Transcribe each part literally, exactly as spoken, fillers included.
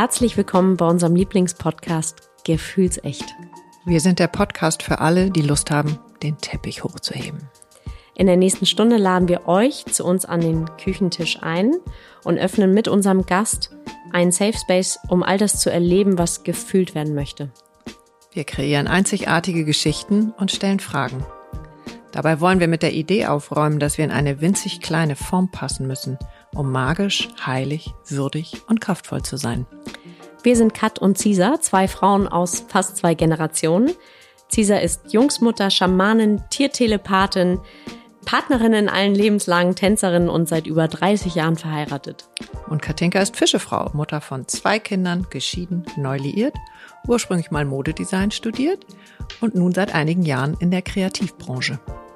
Herzlich willkommen bei unserem Lieblingspodcast Gefühlsecht. Wir sind der Podcast für alle, die Lust haben, den Teppich hochzuheben. In der nächsten Stunde laden wir euch zu uns an den Küchentisch ein und öffnen mit unserem Gast einen Safe Space, um all das zu erleben, was gefühlt werden möchte. Wir kreieren einzigartige Geschichten und stellen Fragen. Dabei wollen wir mit der Idee aufräumen, dass wir in eine winzig kleine Form passen müssen, um magisch, heilig, würdig und kraftvoll zu sein. Wir sind Kat und Cisa, zwei Frauen aus fast zwei Generationen. Cisa ist Jungsmutter, Schamanin, Tiertelepathin, Partnerin in allen Lebenslagen, Tänzerin und seit über dreißig Jahren verheiratet. Und Katinka ist Fischefrau, Mutter von zwei Kindern, geschieden, neu liiert, ursprünglich mal Modedesign studiert und nun seit einigen Jahren in der Kreativbranche.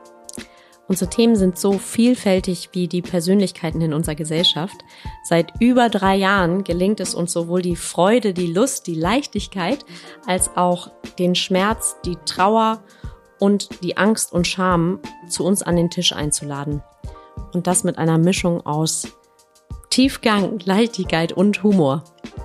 Unsere Themen sind so vielfältig wie die Persönlichkeiten in unserer Gesellschaft. Seit über drei Jahren gelingt es uns sowohl die Freude, die Lust, die Leichtigkeit, als auch den Schmerz, die Trauer und die Angst und Scham zu uns an den Tisch einzuladen. Und das mit einer Mischung aus Tiefgang, Leichtigkeit und Humor.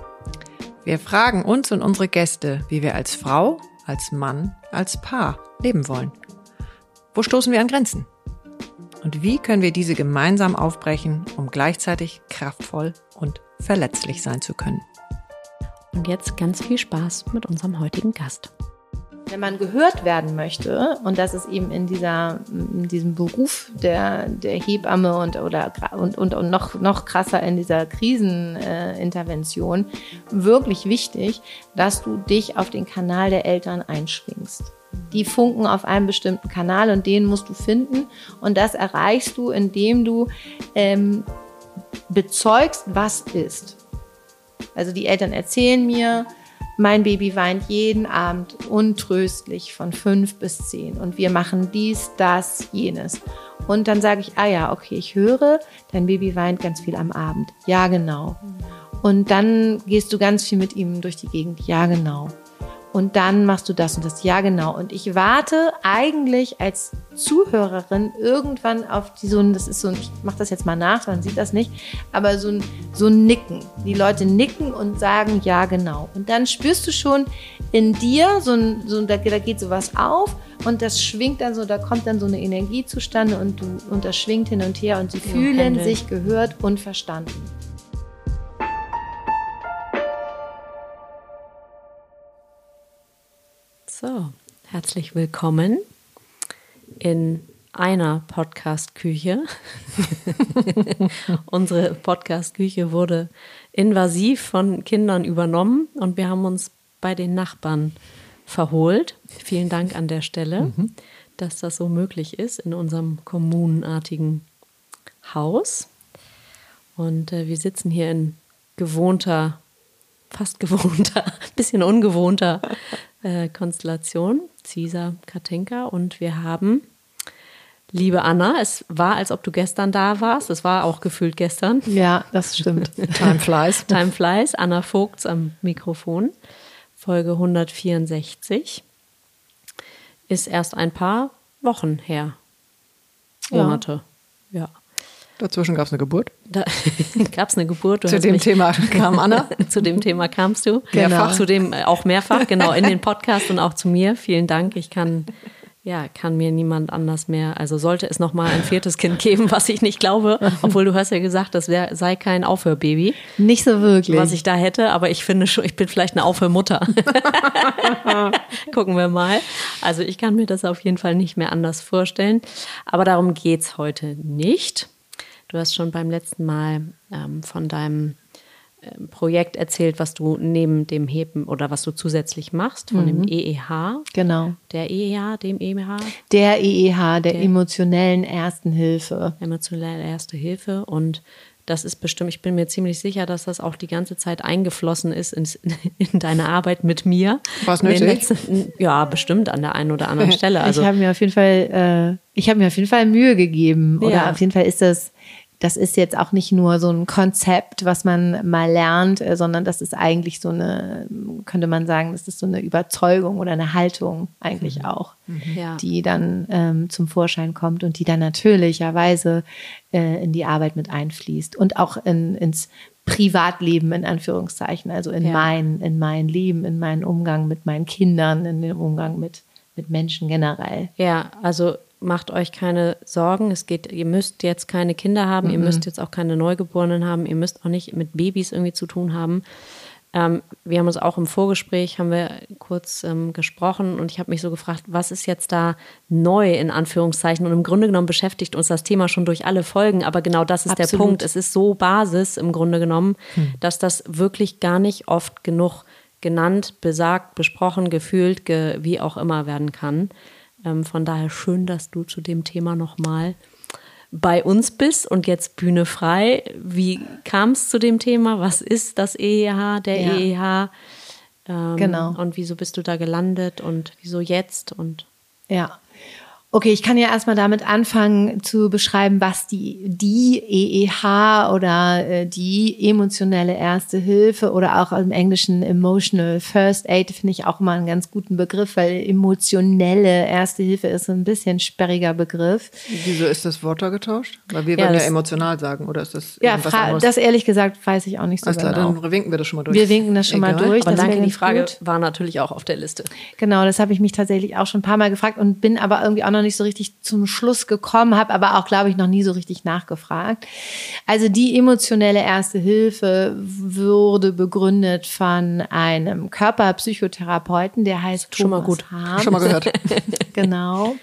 Wir fragen uns und unsere Gäste, wie wir als Frau, als Mann, als Paar leben wollen. Wo stoßen wir an Grenzen? Und wie können wir diese gemeinsam aufbrechen, um gleichzeitig kraftvoll und verletzlich sein zu können? Und jetzt ganz viel Spaß mit unserem heutigen Gast. Wenn man gehört werden möchte, und das ist eben in dieser, in diesem Beruf der, der Hebamme und, oder, und, und, und noch, noch krasser in dieser Krisenintervention, wirklich wichtig, dass du dich auf den Kanal der Eltern einschwingst. Die funken auf einem bestimmten Kanal und den musst du finden. Und das erreichst du, indem du ähm, bezeugst, was ist. Also die Eltern erzählen mir, mein Baby weint jeden Abend untröstlich von fünf bis zehn. Und wir machen dies, das, jenes. Und dann sage ich, ah ja, okay, ich höre, dein Baby weint ganz viel am Abend. Ja, genau. Und dann gehst du ganz viel mit ihm durch die Gegend. Ja, genau. Und dann machst du das und das. Ja, genau. Und ich warte eigentlich als Zuhörerin irgendwann auf die so ein, das ist so ein, ich mach das jetzt mal nach, man sieht das nicht, aber so ein, so ein Nicken. Die Leute nicken und sagen, ja, genau. Und dann spürst du schon in dir, so ein, so ein, da, da geht sowas auf und das schwingt dann so, da kommt dann so eine Energie zustande und du, und das schwingt hin und her und sie ja, fühlen Händel. sich gehört und verstanden. So, herzlich willkommen in einer Podcast-Küche. Unsere Podcast-Küche wurde invasiv von Kindern übernommen und wir haben uns bei den Nachbarn verholt. Vielen Dank an der Stelle, mhm. dass das so möglich ist in unserem kommunenartigen Haus. Und äh, wir sitzen hier in gewohnter, fast gewohnter, bisschen ungewohnter Äh, Konstellation, Cisa, Katinka, und wir haben, liebe Anna, es war, als ob du gestern da warst, es war auch gefühlt gestern. Ja, das stimmt. Time flies. Time flies, Anna Vogts am Mikrofon, Folge hundertvierundsechzig, ist erst ein paar Wochen her, Monate, ja. ja. Dazwischen gab es eine Geburt. Da gab es eine Geburt. Du zu dem mich, Thema kam Anna. Zu dem Thema kamst du. Genau. Mehrfach. Zu dem auch mehrfach, genau, in den Podcast und auch zu mir. Vielen Dank. Ich kann, ja, kann mir niemand anders mehr, also sollte es noch mal ein viertes Kind geben, was ich nicht glaube, obwohl du hast ja gesagt, das wär, sei kein Aufhörbaby. Nicht so wirklich. Was ich da hätte, aber ich finde schon, ich bin vielleicht eine Aufhörmutter. Gucken wir mal. Also ich kann mir das auf jeden Fall nicht mehr anders vorstellen. Aber darum geht's heute nicht. Du hast schon beim letzten Mal ähm, von deinem ähm, Projekt erzählt, was du neben dem Heben oder was du zusätzlich machst, von mhm. dem E E H. Genau. Der E E H, dem E E H? Der E E H, der, der emotionellen Ersten Hilfe. Emotionelle Erste Hilfe. Und das ist bestimmt, ich bin mir ziemlich sicher, dass das auch die ganze Zeit eingeflossen ist ins, in deine Arbeit mit mir. War es nötig? Letzten, ja, bestimmt an der einen oder anderen Stelle. Also, ich habe mir auf jeden Fall, äh, ich habe mir auf jeden Fall Mühe gegeben. Oder ja. auf jeden Fall ist das Das ist jetzt auch nicht nur so ein Konzept, was man mal lernt, sondern das ist eigentlich so eine, könnte man sagen, das ist so eine Überzeugung oder eine Haltung eigentlich mhm. auch, ja. die dann ähm, zum Vorschein kommt und die dann natürlicherweise äh, in die Arbeit mit einfließt und auch in, ins Privatleben in Anführungszeichen, also in, ja. mein, in mein Leben, in meinen Umgang mit meinen Kindern, in den Umgang mit, mit Menschen generell. Ja, also macht euch keine Sorgen. Es geht, ihr müsst jetzt keine Kinder haben, mhm. ihr müsst jetzt auch keine Neugeborenen haben, ihr müsst auch nicht mit Babys irgendwie zu tun haben. Ähm, wir haben uns auch im Vorgespräch, haben wir kurz ähm, gesprochen und ich habe mich so gefragt, was ist jetzt da neu in Anführungszeichen? Und im Grunde genommen beschäftigt uns das Thema schon durch alle Folgen, aber genau das ist Absolut. Der Punkt. Es ist so Basis im Grunde genommen, hm. dass das wirklich gar nicht oft genug genannt, besagt, besprochen, gefühlt, ge- wie auch immer werden kann. Ähm, von daher schön, dass du zu dem Thema nochmal bei uns bist und jetzt Bühne frei. Wie kam es zu dem Thema? Was ist das E E H, der ja. E E H? Ähm, genau. Und wieso bist du da gelandet und wieso jetzt? Und ja. Okay, ich kann ja erstmal damit anfangen zu beschreiben, was die, die E E H oder äh, die emotionelle Erste Hilfe oder auch im Englischen Emotional First Aid finde ich auch immer einen ganz guten Begriff, weil emotionelle Erste Hilfe ist ein bisschen sperriger Begriff. Wieso ist das Wort da getauscht? Weil wir ja, würden ja emotional sagen, oder ist das ja, irgendwas fra- anderes? Das ehrlich gesagt weiß ich auch nicht so Alles genau. Klar, dann winken wir das schon mal durch. Wir winken das schon Egal. mal durch. Aber das danke, die Frage gut. war natürlich auch auf der Liste. Genau, das habe ich mich tatsächlich auch schon ein paar Mal gefragt und bin aber irgendwie auch noch nicht so richtig zum Schluss gekommen, habe aber auch, glaube ich, noch nie so richtig nachgefragt. Also die emotionelle Erste Hilfe wurde begründet von einem Körperpsychotherapeuten, der heißt schon Thomas mal gut. Hahn. Schon mal gehört. Genau.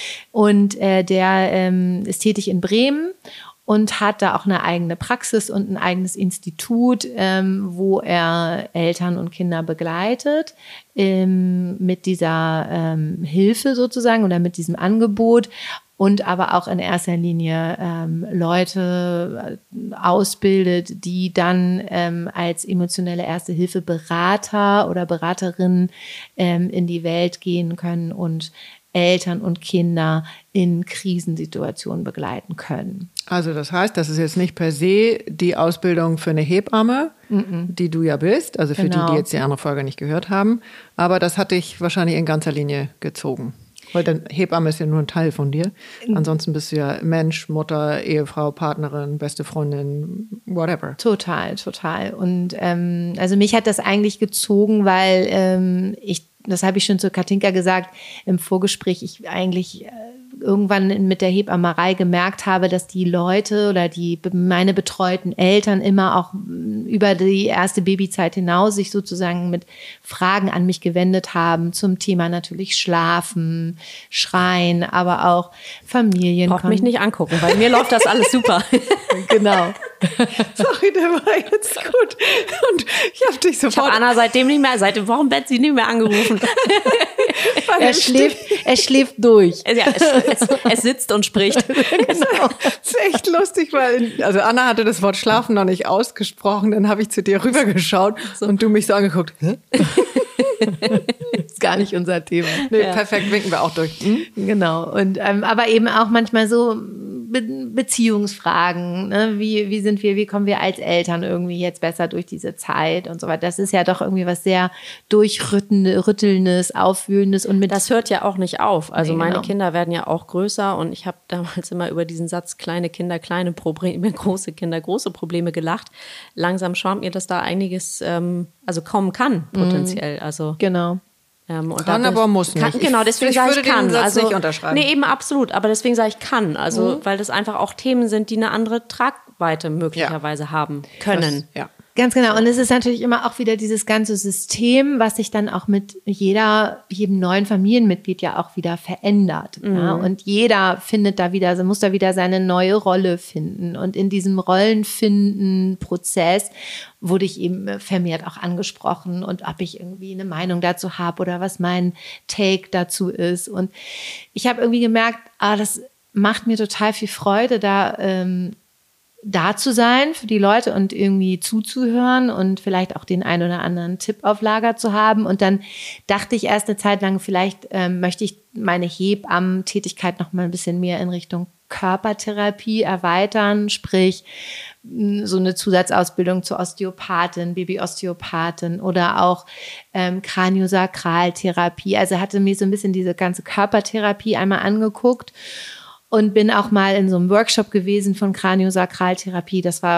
Und äh, der ähm, ist tätig in Bremen und hat da auch eine eigene Praxis und ein eigenes Institut, ähm, wo er Eltern und Kinder begleitet ähm, mit dieser ähm, Hilfe sozusagen oder mit diesem Angebot und aber auch in erster Linie ähm, Leute ausbildet, die dann ähm, als emotionelle Erste Hilfe Berater oder Beraterinnen ähm, in die Welt gehen können und Eltern und Kinder in Krisensituationen begleiten können. Also das heißt, das ist jetzt nicht per se die Ausbildung für eine Hebamme, Mm-mm. die du ja bist, also für genau. die, die jetzt die andere Folge nicht gehört haben, aber das hat dich wahrscheinlich in ganzer Linie gezogen. Weil dann Hebamme ist ja nur ein Teil von dir. Ansonsten bist du ja Mensch, Mutter, Ehefrau, Partnerin, beste Freundin, whatever. Total, total. Und ähm, also mich hat das eigentlich gezogen, weil ähm, ich, das habe ich schon zu Katinka gesagt im Vorgespräch, ich eigentlich äh, irgendwann mit der Hebammerei gemerkt habe, dass die Leute oder die meine betreuten Eltern immer auch über die erste Babyzeit hinaus sich sozusagen mit Fragen an mich gewendet haben zum Thema natürlich Schlafen, Schreien, aber auch Familien. Braucht mich nicht angucken, weil mir läuft das alles super. Genau. Sorry, der war jetzt gut. Und ich habe dich sofort... Ich habe Anna seitdem nicht mehr, seit dem Wochenbett sie nicht mehr angerufen. er, schläft, er schläft durch. Ja, es, es, es sitzt und spricht. Genau. Das ist echt lustig, weil also Anna hatte das Wort Schlafen noch nicht ausgesprochen. Dann habe ich zu dir rübergeschaut so. Und du mich so angeguckt. Hä? Ist gar nicht unser Thema. Nee, ja. Perfekt, winken wir auch durch. Hm? Genau. Und ähm, aber eben auch manchmal so Be- Beziehungsfragen. Ne? Wie, wie sind wir, wie kommen wir als Eltern irgendwie jetzt besser durch diese Zeit und so weiter. Das ist ja doch irgendwie was sehr durchrüttelndes, aufwühlendes. Und mit das hört ja auch nicht auf. Also nee, meine genau. Kinder werden ja auch größer und ich habe damals immer über diesen Satz kleine Kinder, kleine Probleme, große Kinder, große Probleme gelacht. Langsam schaumt mir, dass da einiges ähm, also kommen kann, potenziell. Also genau. Ähm, und kann, aber muss nicht. Kann, genau, deswegen ich, sage ich ich kann. Den Satz also, nicht unterschreiben. Nee, eben absolut. Aber deswegen sage ich kann. Also, mhm. weil das einfach auch Themen sind, die eine andere Tragweite möglicherweise ja. haben können. Das, ja. Ganz genau. Und es ist natürlich immer auch wieder dieses ganze System, was sich dann auch mit jeder, jedem neuen Familienmitglied ja auch wieder verändert. Mhm. Ja? Und jeder findet da wieder, muss da wieder seine neue Rolle finden. Und in diesem Rollenfinden-Prozess wurde ich eben vermehrt auch angesprochen und ob ich irgendwie eine Meinung dazu habe oder was mein Take dazu ist. Und ich habe irgendwie gemerkt, ah, das macht mir total viel Freude, da ähm, da zu sein für die Leute und irgendwie zuzuhören und vielleicht auch den einen oder anderen Tipp auf Lager zu haben. Und dann dachte ich erst eine Zeit lang, vielleicht ähm, möchte ich meine Hebammen-Tätigkeit noch mal ein bisschen mehr in Richtung Körpertherapie erweitern, sprich so eine Zusatzausbildung zur Osteopathin, Babyosteopathin oder auch ähm, Kraniosakraltherapie. Also hatte mir so ein bisschen diese ganze Körpertherapie einmal angeguckt. Und bin auch mal in so einem Workshop gewesen von Kraniosakraltherapie. Das war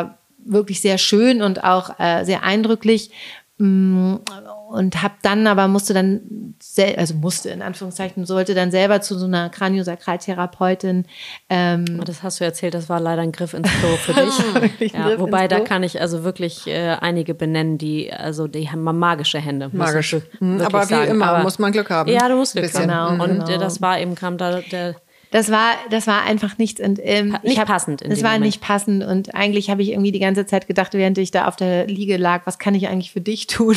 wirklich sehr schön und auch äh, sehr eindrücklich. Und habe dann aber musste dann, sel- also musste in Anführungszeichen, sollte dann selber zu so einer Kraniosakraltherapeutin. Ähm, das hast du erzählt, das war leider ein Griff ins Klo für dich. Ja, wobei, da kann ich also wirklich äh, einige benennen, die, also die haben magische Hände. Magisch. Mhm, aber wie sagen. immer aber, muss man Glück haben. Ja, du musst Glück Bisschen. haben. Genau, Und genau. äh, das war eben, kam da der... Das war, das war einfach nichts. Und, ähm, Pa- nicht ich hab, passend in Es dem war Moment. nicht passend. Und eigentlich habe ich irgendwie die ganze Zeit gedacht, während ich da auf der Liege lag, was kann ich eigentlich für dich tun?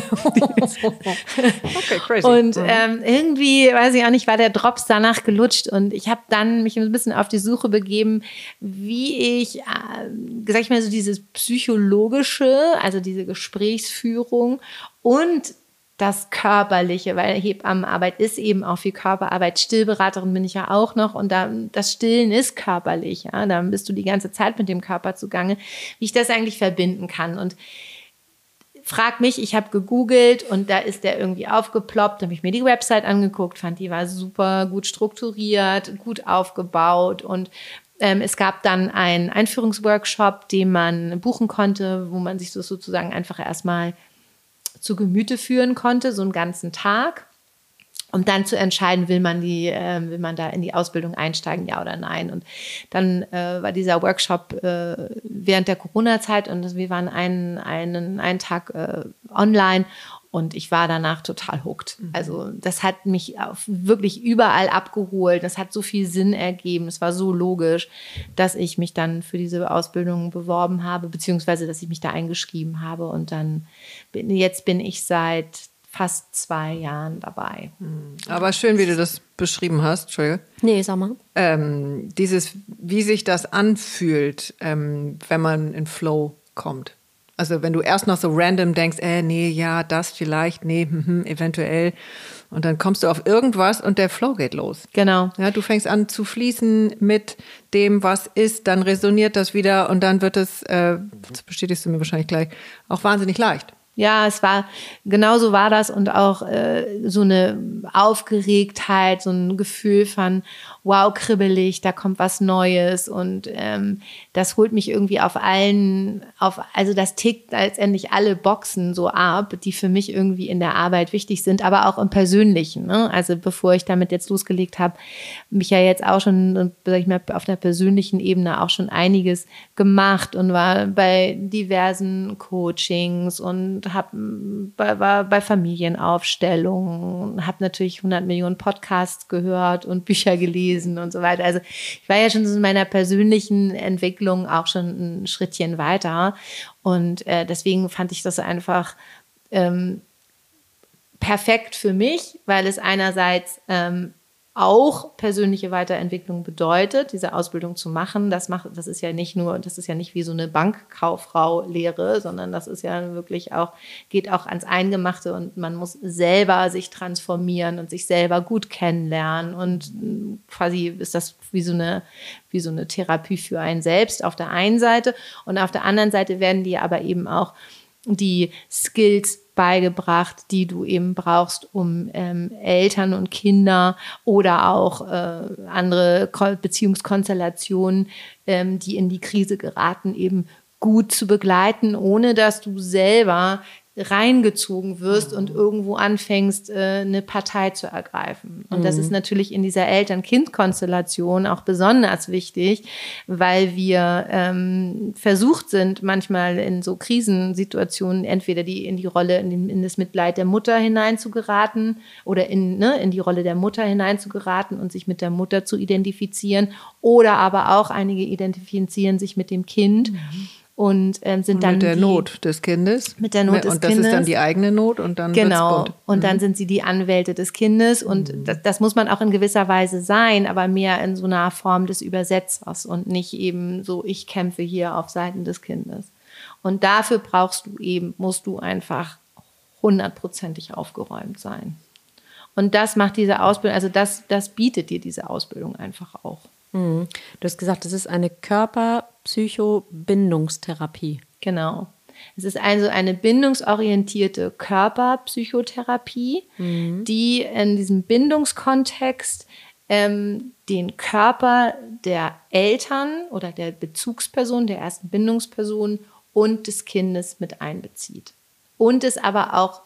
Okay, crazy. Und Mhm. ähm, irgendwie, weiß ich auch nicht, war der Drops danach gelutscht. Und ich habe dann mich ein bisschen auf die Suche begeben, wie ich, äh, sag ich mal, so dieses psychologische, also diese Gesprächsführung und das Körperliche, weil Hebammenarbeit ist eben auch viel Körperarbeit. Stillberaterin bin ich ja auch noch und da, das Stillen ist körperlich. Ja? Da bist du die ganze Zeit mit dem Körper zugange, wie ich das eigentlich verbinden kann. Und frag mich, ich habe gegoogelt und da ist der irgendwie aufgeploppt, habe ich mir die Website angeguckt, fand die war super gut strukturiert, gut aufgebaut und ähm, es gab dann einen Einführungsworkshop, den man buchen konnte, wo man sich so sozusagen einfach erstmal zu Gemüte führen konnte, so einen ganzen Tag, um dann zu entscheiden, will man die, äh, will man da in die Ausbildung einsteigen, ja oder nein. Und dann äh, war dieser Workshop äh, während der Corona-Zeit und wir waren einen, einen, einen Tag äh, online und ich war danach total hooked. Mhm. Also das hat mich auf wirklich überall abgeholt. Das hat so viel Sinn ergeben. Es war so logisch, dass ich mich dann für diese Ausbildung beworben habe, beziehungsweise dass ich mich da eingeschrieben habe. Und dann bin, jetzt bin ich seit fast zwei Jahren dabei. Aber schön, wie du das beschrieben hast. Entschuldige. Nee, sag mal. Ähm, dieses, wie sich das anfühlt, ähm, wenn man in Flow kommt. Also wenn du erst noch so random denkst, äh, nee, ja, das vielleicht, nee, hm, hm, eventuell. Und dann kommst du auf irgendwas und der Flow geht los. Genau. Ja, du fängst an zu fließen mit dem, was ist, dann resoniert das wieder und dann wird es, äh, das bestätigst du mir wahrscheinlich gleich, auch wahnsinnig leicht. Ja, es war, genau so war das und auch äh, so eine Aufgeregtheit, so ein Gefühl von, wow, kribbelig, da kommt was Neues und ähm, das holt mich irgendwie auf allen, auf, also das tickt letztendlich alle Boxen so ab, die für mich irgendwie in der Arbeit wichtig sind, aber auch im Persönlichen. Ne? Also bevor ich damit jetzt losgelegt habe, mich ja jetzt auch schon, sag ich mal, auf einer persönlichen Ebene auch schon einiges gemacht und war bei diversen Coachings und hab, war bei Familienaufstellungen, habe natürlich hundert Millionen Podcasts gehört und Bücher gelesen und so weiter. Also ich war ja schon in meiner persönlichen Entwicklung auch schon ein Schrittchen weiter und äh, deswegen fand ich das einfach ähm, perfekt für mich, weil es einerseits ähm, auch persönliche Weiterentwicklung bedeutet, diese Ausbildung zu machen. Das macht, das ist ja nicht nur, das ist ja nicht wie so eine Bankkauffrau-Lehre, sondern das ist ja wirklich auch, geht auch ans Eingemachte und man muss selber sich transformieren und sich selber gut kennenlernen und quasi ist das wie so eine, wie so eine Therapie für einen selbst auf der einen Seite und auf der anderen Seite werden dir aber eben auch die Skills beigebracht, die du eben brauchst, um ähm, Eltern und Kinder oder auch äh, andere Ko- Beziehungskonstellationen, ähm, die in die Krise geraten, eben gut zu begleiten, ohne dass du selber reingezogen wirst und irgendwo anfängst, äh, eine Partei zu ergreifen. Und das ist natürlich in dieser Eltern-Kind-Konstellation auch besonders wichtig, weil wir ähm, versucht sind, manchmal in so Krisensituationen entweder die in die Rolle, in, den, in das Mitleid der Mutter hineinzugeraten oder in, ne, in die Rolle der Mutter hineinzugeraten und sich mit der Mutter zu identifizieren oder aber auch einige identifizieren sich mit dem Kind. Mhm. Und ähm, sind und dann mit der die, Not des Kindes. Mit der Not des und das Kindes. ist dann die eigene Not und dann genau. wird's bunt. Und Mhm. dann sind sie die Anwälte des Kindes und mhm. das, das muss man auch in gewisser Weise sein, aber mehr in so einer Form des Übersetzers und nicht eben so, ich kämpfe hier auf Seiten des Kindes. Und dafür brauchst du eben, musst du einfach hundertprozentig aufgeräumt sein. Und das macht diese Ausbildung, also das, das bietet dir diese Ausbildung einfach auch. Mhm. Du hast gesagt, das ist eine Körperpsychobindungstherapie. Genau. Es ist also eine bindungsorientierte Körperpsychotherapie, mhm. die in diesem Bindungskontext ähm, den Körper der Eltern oder der Bezugsperson, der ersten Bindungsperson und des Kindes mit einbezieht. Und es aber auch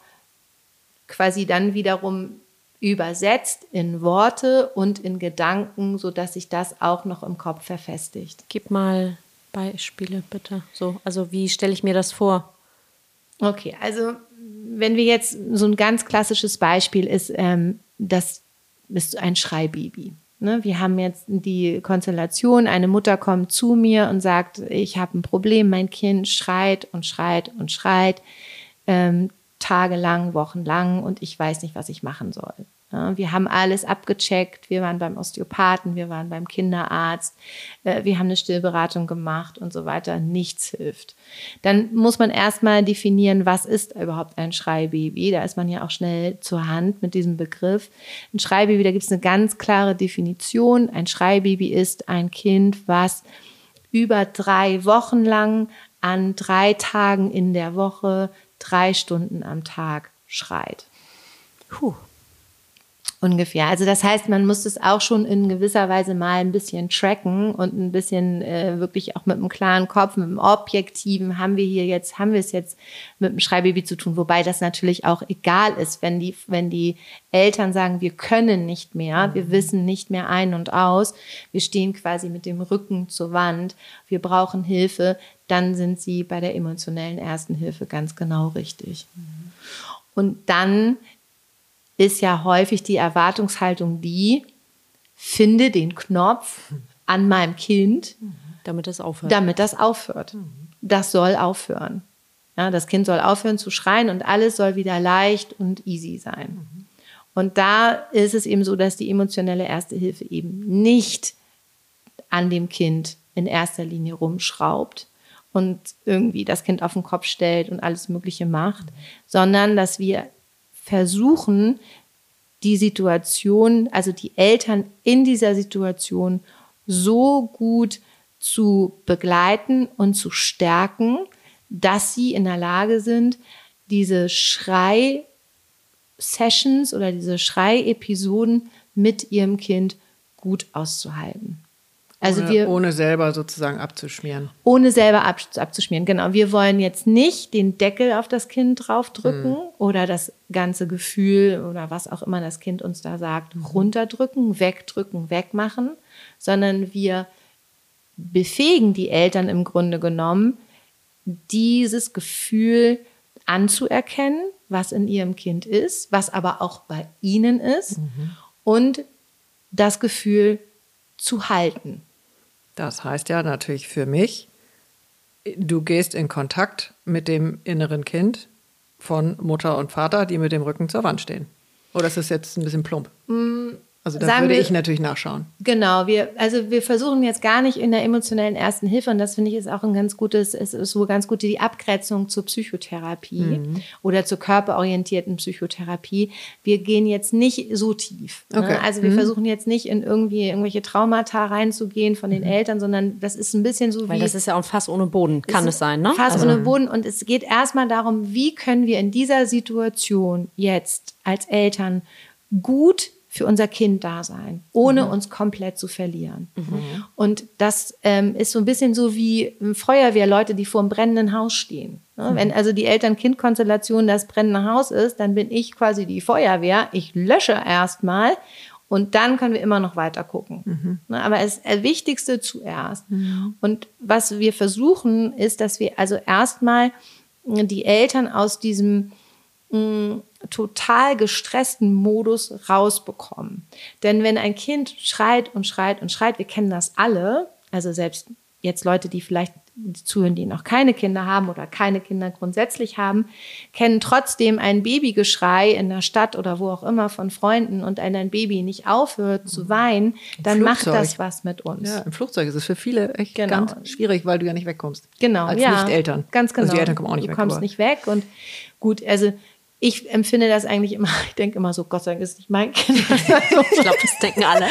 quasi dann wiederum übersetzt in Worte und in Gedanken, sodass sich das auch noch im Kopf verfestigt. Gib mal Beispiele bitte. So, also wie stelle ich mir das vor? Okay, also wenn wir jetzt so ein ganz klassisches Beispiel ist, ähm, das ist ein Schreibaby. Ne? Wir haben jetzt die Konstellation, eine Mutter kommt zu mir und sagt, ich habe ein Problem, mein Kind schreit und schreit und schreit, ähm, tagelang, wochenlang und ich weiß nicht, was ich machen soll. Ja, wir haben alles abgecheckt, wir waren beim Osteopathen, wir waren beim Kinderarzt, äh, wir haben eine Stillberatung gemacht und so weiter, nichts hilft. Dann muss man erstmal definieren, was ist überhaupt ein Schreibaby, da ist man ja auch schnell zur Hand mit diesem Begriff. Ein Schreibaby, da gibt es eine ganz klare Definition, ein Schreibaby ist ein Kind, was über drei Wochen lang an drei Tagen in der Woche drei Stunden am Tag schreit. Puh. Ungefähr. Also das heißt, man muss es auch schon in gewisser Weise mal ein bisschen tracken und ein bisschen äh, wirklich auch mit einem klaren Kopf, mit einem Objektiven, haben wir hier jetzt, haben wir es jetzt mit einem Schreibaby zu tun, wobei das natürlich auch egal ist, wenn die, wenn die Eltern sagen, wir können nicht mehr, mhm. wir wissen nicht mehr ein und aus, wir stehen quasi mit dem Rücken zur Wand, wir brauchen Hilfe, dann sind sie bei der emotionellen Ersten Hilfe ganz genau richtig. Mhm. Und dann ist ja häufig die Erwartungshaltung die, finde den Knopf an meinem Kind, damit das aufhört. Damit das aufhört. Mhm. Das soll aufhören. Ja, das Kind soll aufhören zu schreien und alles soll wieder leicht und easy sein. Mhm. Und da ist es eben so, dass die emotionelle Erste Hilfe eben nicht an dem Kind in erster Linie rumschraubt und irgendwie das Kind auf den Kopf stellt und alles Mögliche macht, mhm. sondern dass wir versuchen, die Situation, also die Eltern in dieser Situation so gut zu begleiten und zu stärken, dass sie in der Lage sind, diese Schrei-Sessions oder diese Schrei-Episoden mit ihrem Kind gut auszuhalten. Also ohne, wir, ohne selber sozusagen abzuschmieren. Ohne selber ab, abzuschmieren, genau. Wir wollen jetzt nicht den Deckel auf das Kind draufdrücken mhm. oder das ganze Gefühl oder was auch immer das Kind uns da sagt, mhm. runterdrücken, wegdrücken, wegmachen, sondern wir befähigen die Eltern im Grunde genommen, dieses Gefühl anzuerkennen, was in ihrem Kind ist, was aber auch bei ihnen ist mhm. und das Gefühl zu halten. Das heißt ja natürlich für mich, du gehst in Kontakt mit dem inneren Kind von Mutter und Vater, die mit dem Rücken zur Wand stehen. Oder ist das jetzt ein bisschen plump? Also da Sagen würde wir, ich natürlich nachschauen. Genau, wir, also wir versuchen jetzt gar nicht in der emotionellen Ersten Hilfe, und das finde ich ist auch ein ganz gutes, es ist so ganz gut die Abgrenzung zur Psychotherapie mhm. oder zur körperorientierten Psychotherapie. Wir gehen jetzt nicht so tief. Okay. Ne? Also wir mhm. versuchen jetzt nicht in irgendwie irgendwelche Traumata reinzugehen von den mhm. Eltern, sondern das ist ein bisschen so wie... Weil das ist ja auch ein Fass ohne Boden, kann es sein, ne? Fass also. ohne Boden, und es geht erstmal darum, wie können wir in dieser Situation jetzt als Eltern gut für unser Kind da sein, ohne mhm. uns komplett zu verlieren. Mhm. Und das ähm, ist so ein bisschen so wie Feuerwehrleute, die vor einem brennenden Haus stehen. Ne? Mhm. Wenn also die Eltern-Kind-Konstellation das brennende Haus ist, dann bin ich quasi die Feuerwehr. Ich lösche erstmal und dann können wir immer noch weiter gucken. Mhm. Ne? Aber es ist das Wichtigste zuerst. Mhm. Und was wir versuchen, ist, dass wir also erstmal die Eltern aus diesem mh, total gestressten Modus rausbekommen. Denn wenn ein Kind schreit und schreit und schreit, wir kennen das alle, also selbst jetzt Leute, die vielleicht zuhören, die noch keine Kinder haben oder keine Kinder grundsätzlich haben, kennen trotzdem ein Babygeschrei in der Stadt oder wo auch immer von Freunden, und wenn ein Baby nicht aufhört zu weinen, dann macht das was mit uns. Ja, im Flugzeug ist es für viele echt genau. ganz schwierig, weil du ja nicht wegkommst. Genau, als ja. Nicht-Eltern. Ganz genau. Also die Eltern kommen auch nicht du weg. Du kommst aber. nicht weg, und gut, also ich empfinde das eigentlich immer, ich denke immer so, Gott sei Dank ist es nicht mein Kind. Ich glaube, das denken alle.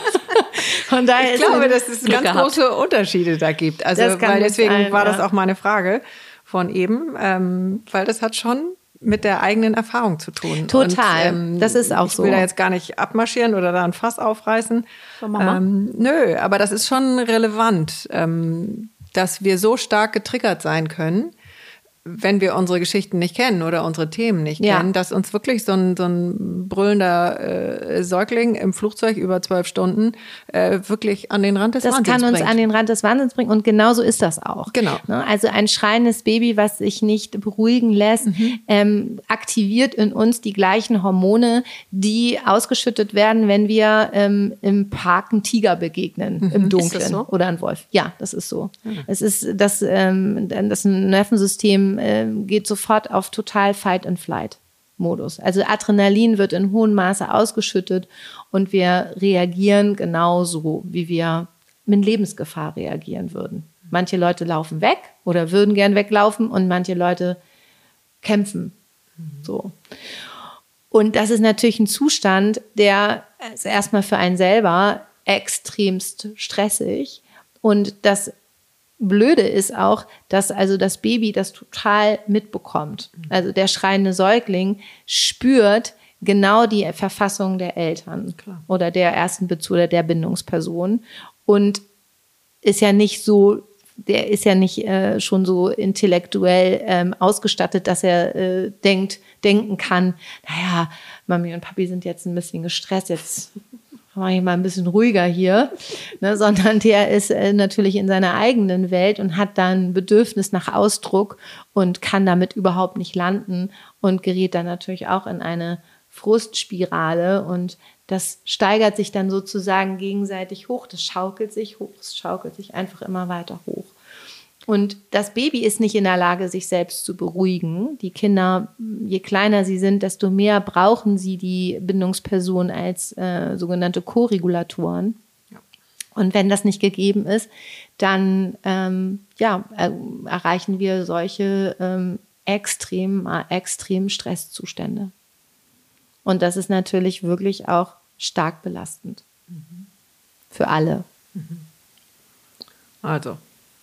Von daher ich glaube, dass es ganz gehabt. große Unterschiede da gibt. Also, weil deswegen sein, war das ja. auch meine Frage von eben, ähm, weil das hat schon mit der eigenen Erfahrung zu tun. Total, und, ähm, das ist auch ich so. Ich will da jetzt gar nicht abmarschieren oder da ein Fass aufreißen. So, Mama. Ähm, nö, aber das ist schon relevant, ähm, dass wir so stark getriggert sein können, wenn wir unsere Geschichten nicht kennen oder unsere Themen nicht Ja. kennen, dass uns wirklich so ein, so ein brüllender äh, Säugling im Flugzeug über zwölf Stunden äh, wirklich an den Rand des Das Wahnsinns kann uns bringt. an den Rand des Wahnsinns bringen und genau so ist das auch. Genau. Ne? Also ein schreiendes Baby, was sich nicht beruhigen lässt, Mhm. ähm, aktiviert in uns die gleichen Hormone, die ausgeschüttet werden, wenn wir ähm, im Park einen Tiger begegnen, im Dunkeln Ist das so? oder einen Wolf. Ja, das ist so. Es ist das, ähm, das Nervensystem äh, geht sofort auf total Fight-and-Flight-Modus. Also Adrenalin wird in hohem Maße ausgeschüttet und wir reagieren genauso, wie wir mit Lebensgefahr reagieren würden. Manche Leute laufen weg oder würden gern weglaufen und manche Leute kämpfen. So. Und das ist natürlich ein Zustand, der ist erstmal für einen selber extremst stressig. Und das Blöde ist auch, dass also das Baby das total mitbekommt. Also der schreiende Säugling spürt genau die Verfassung der Eltern Klar. oder der ersten Bezug oder der Bindungsperson und ist ja nicht so, der ist ja nicht äh, schon so intellektuell ähm, ausgestattet, dass er äh, denkt, denken kann, naja, Mami und Papi sind jetzt ein bisschen gestresst, jetzt mache ich mal ein bisschen ruhiger hier, ne, sondern der ist äh, natürlich in seiner eigenen Welt und hat dann Bedürfnis nach Ausdruck und kann damit überhaupt nicht landen und gerät dann natürlich auch in eine Frustspirale und das steigert sich dann sozusagen gegenseitig hoch, das schaukelt sich hoch, es schaukelt sich einfach immer weiter hoch. Und das Baby ist nicht in der Lage, sich selbst zu beruhigen. Die Kinder, je kleiner sie sind, desto mehr brauchen sie die Bindungsperson als äh, sogenannte Co-Regulatoren. Ja. Und wenn das nicht gegeben ist, dann ähm, ja, äh, erreichen wir solche ähm, extrem, äh, extremen Stresszustände. Und das ist natürlich wirklich auch stark belastend. Mhm. Für alle. Also,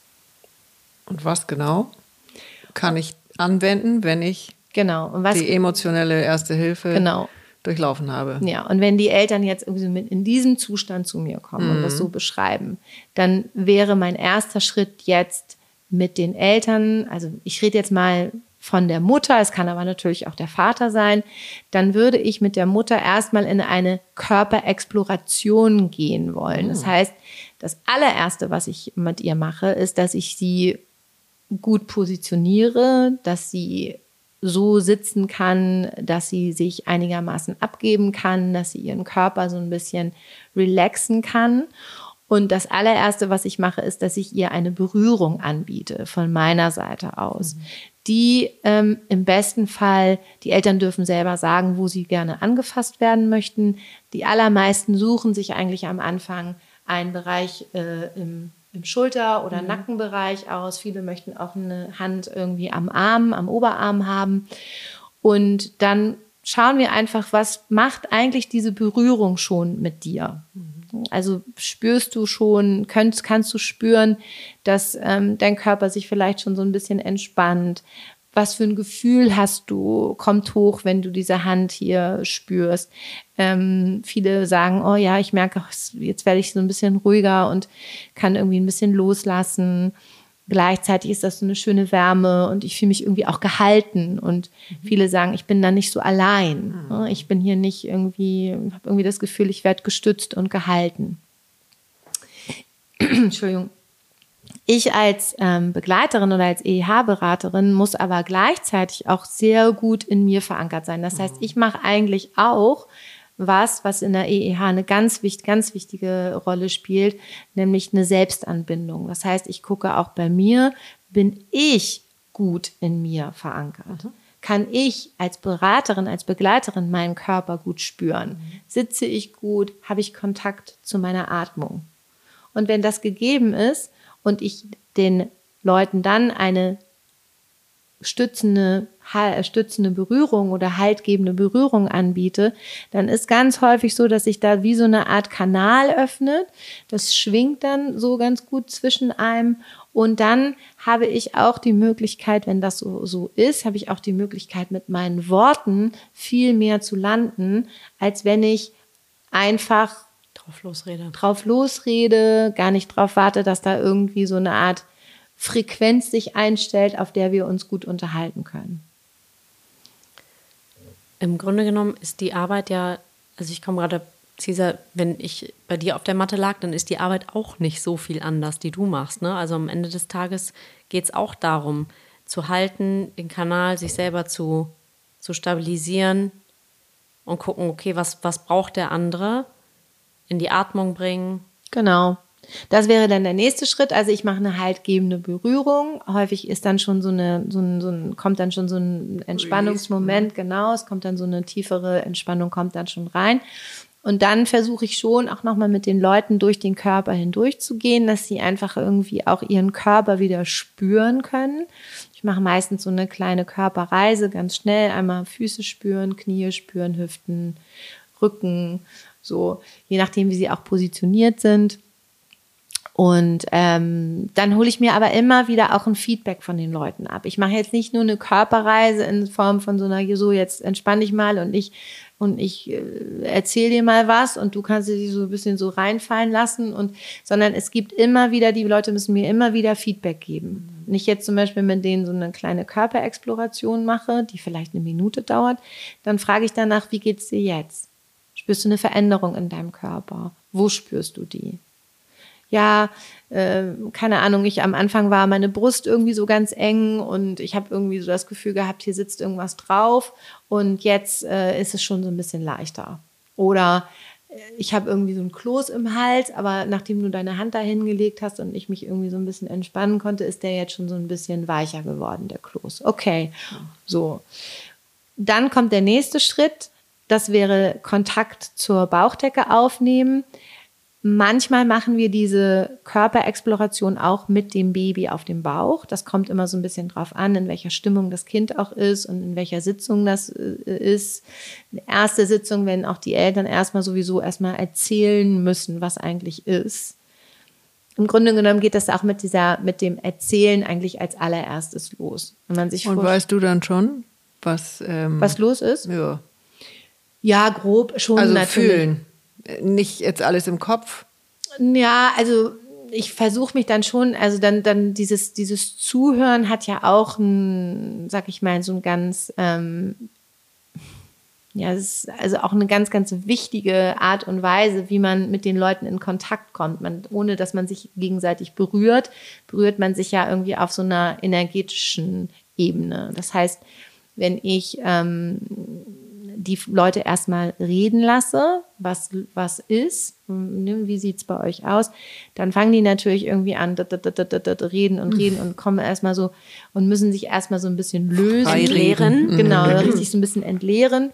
und was genau kann ich anwenden, wenn ich Genau. Und was, die emotionelle Erste Hilfe genau. durchlaufen habe? Ja, und wenn die Eltern jetzt irgendwie mit in diesem Zustand zu mir kommen Mhm. und das so beschreiben, dann wäre mein erster Schritt jetzt mit den Eltern, also ich rede jetzt mal von der Mutter, es kann aber natürlich auch der Vater sein, dann würde ich mit der Mutter erstmal in eine Körperexploration gehen wollen. Das heißt, das allererste, was ich mit ihr mache, ist, dass ich sie gut positioniere, dass sie so sitzen kann, dass sie sich einigermaßen abgeben kann, dass sie ihren Körper so ein bisschen relaxen kann. Und das allererste, was ich mache, ist, dass ich ihr eine Berührung anbiete von meiner Seite aus. Mhm. Die ähm, im besten Fall, die Eltern dürfen selber sagen, wo sie gerne angefasst werden möchten. Die allermeisten suchen sich eigentlich am Anfang einen Bereich äh, im, im Schulter- oder mhm. Nackenbereich aus. Viele möchten auch eine Hand irgendwie am Arm, am Oberarm haben. Und dann schauen wir einfach, was macht eigentlich diese Berührung schon mit dir? Mhm. Also spürst du schon, könnt, kannst du spüren, dass ähm, dein Körper sich vielleicht schon so ein bisschen entspannt? Was für ein Gefühl hast du, kommt hoch, wenn du diese Hand hier spürst? Ähm, viele sagen, oh ja, ich merke, jetzt werde ich so ein bisschen ruhiger und kann irgendwie ein bisschen loslassen. Gleichzeitig ist das so eine schöne Wärme und ich fühle mich irgendwie auch gehalten. Und mhm. viele sagen, ich bin da nicht so allein. Mhm. Ich bin hier nicht irgendwie, habe irgendwie das Gefühl, ich werde gestützt und gehalten. Entschuldigung. Ich als ähm, Begleiterin oder als E E H-Beraterin muss aber gleichzeitig auch sehr gut in mir verankert sein. Das heißt, ich mache eigentlich auch was, was in der E E H eine ganz, ganz wichtige Rolle spielt, nämlich eine Selbstanbindung. Das heißt, ich gucke auch bei mir, bin ich gut in mir verankert? Mhm. Kann ich als Beraterin, als Begleiterin meinen Körper gut spüren? Mhm. Sitze ich gut? Habe ich Kontakt zu meiner Atmung? Und wenn das gegeben ist und ich den Leuten dann eine stützende, stützende Berührung oder haltgebende Berührung anbiete, dann ist ganz häufig so, dass sich da wie so eine Art Kanal öffnet. Das schwingt dann so ganz gut zwischen einem. Und dann habe ich auch die Möglichkeit, wenn das so, so ist, habe ich auch die Möglichkeit, mit meinen Worten viel mehr zu landen, als wenn ich einfach drauf losrede. drauf losrede, gar nicht drauf warte, dass da irgendwie so eine Art Frequenz sich einstellt, auf der wir uns gut unterhalten können. Im Grunde genommen ist die Arbeit ja, also ich komme gerade, Cesar, wenn ich bei dir auf der Matte lag, dann ist die Arbeit auch nicht so viel anders, die du machst. Ne? Also am Ende des Tages geht es auch darum, zu halten, den Kanal, sich selber zu, zu stabilisieren und gucken, okay, was, was braucht der andere, in die Atmung bringen. Genau. Das wäre dann der nächste Schritt. Also ich mache eine haltgebende Berührung. Häufig ist dann schon so eine, so ein, so ein, kommt dann schon so ein Entspannungsmoment, genau. Es kommt dann so eine tiefere Entspannung, kommt dann schon rein. Und dann versuche ich schon auch nochmal mit den Leuten durch den Körper hindurch zu gehen, dass sie einfach irgendwie auch ihren Körper wieder spüren können. Ich mache meistens so eine kleine Körperreise, ganz schnell. Einmal Füße spüren, Knie spüren, Hüften, Rücken, so, je nachdem, wie sie auch positioniert sind. Und ähm, dann hole ich mir aber immer wieder auch ein Feedback von den Leuten ab. Ich mache jetzt nicht nur eine Körperreise in Form von so einer, so jetzt entspann dich mal und ich und ich äh, erzähle dir mal was und du kannst dich so ein bisschen so reinfallen lassen, und sondern es gibt immer wieder, die Leute müssen mir immer wieder Feedback geben. Wenn ich jetzt zum Beispiel mit denen so eine kleine Körperexploration mache, die vielleicht eine Minute dauert, dann frage ich danach, wie geht's dir jetzt? Spürst du eine Veränderung in deinem Körper? Wo spürst du die? Ja, äh, keine Ahnung, ich am Anfang war meine Brust irgendwie so ganz eng und ich habe irgendwie so das Gefühl gehabt, hier sitzt irgendwas drauf, und jetzt äh, ist es schon so ein bisschen leichter. Oder äh, ich habe irgendwie so ein Kloß im Hals, aber nachdem du deine Hand da hingelegt hast und ich mich irgendwie so ein bisschen entspannen konnte, ist der jetzt schon so ein bisschen weicher geworden, der Kloß. Okay, so. Dann kommt der nächste Schritt, das wäre Kontakt zur Bauchdecke aufnehmen. Manchmal machen wir diese Körperexploration auch mit dem Baby auf dem Bauch. Das kommt immer so ein bisschen drauf an, in welcher Stimmung das Kind auch ist und in welcher Sitzung das ist. Eine erste Sitzung, wenn auch die Eltern erstmal sowieso erstmal erzählen müssen, was eigentlich ist. Im Grunde genommen geht das auch mit dieser, mit dem Erzählen eigentlich als allererstes los. Wenn man sich und weißt du dann schon, was, ähm, was los ist? Ja. Ja, grob schon also natürlich. Fühlen. Nicht jetzt alles im Kopf? Ja, also ich versuche mich dann schon, also dann, dann dieses, dieses Zuhören hat ja auch ein, sag ich mal, so ein ganz, ähm, ja, es ist also auch eine ganz, ganz wichtige Art und Weise, wie man mit den Leuten in Kontakt kommt. Man, ohne dass man sich gegenseitig berührt, berührt man sich ja irgendwie auf so einer energetischen Ebene. Das heißt, wenn ich ähm, die Leute erstmal reden lasse, was, was ist, wie sieht es bei euch aus, dann fangen die natürlich irgendwie an, reden und reden und kommen erstmal so und müssen sich erstmal so ein bisschen lösen. Entleeren. Genau, richtig so ein bisschen entleeren.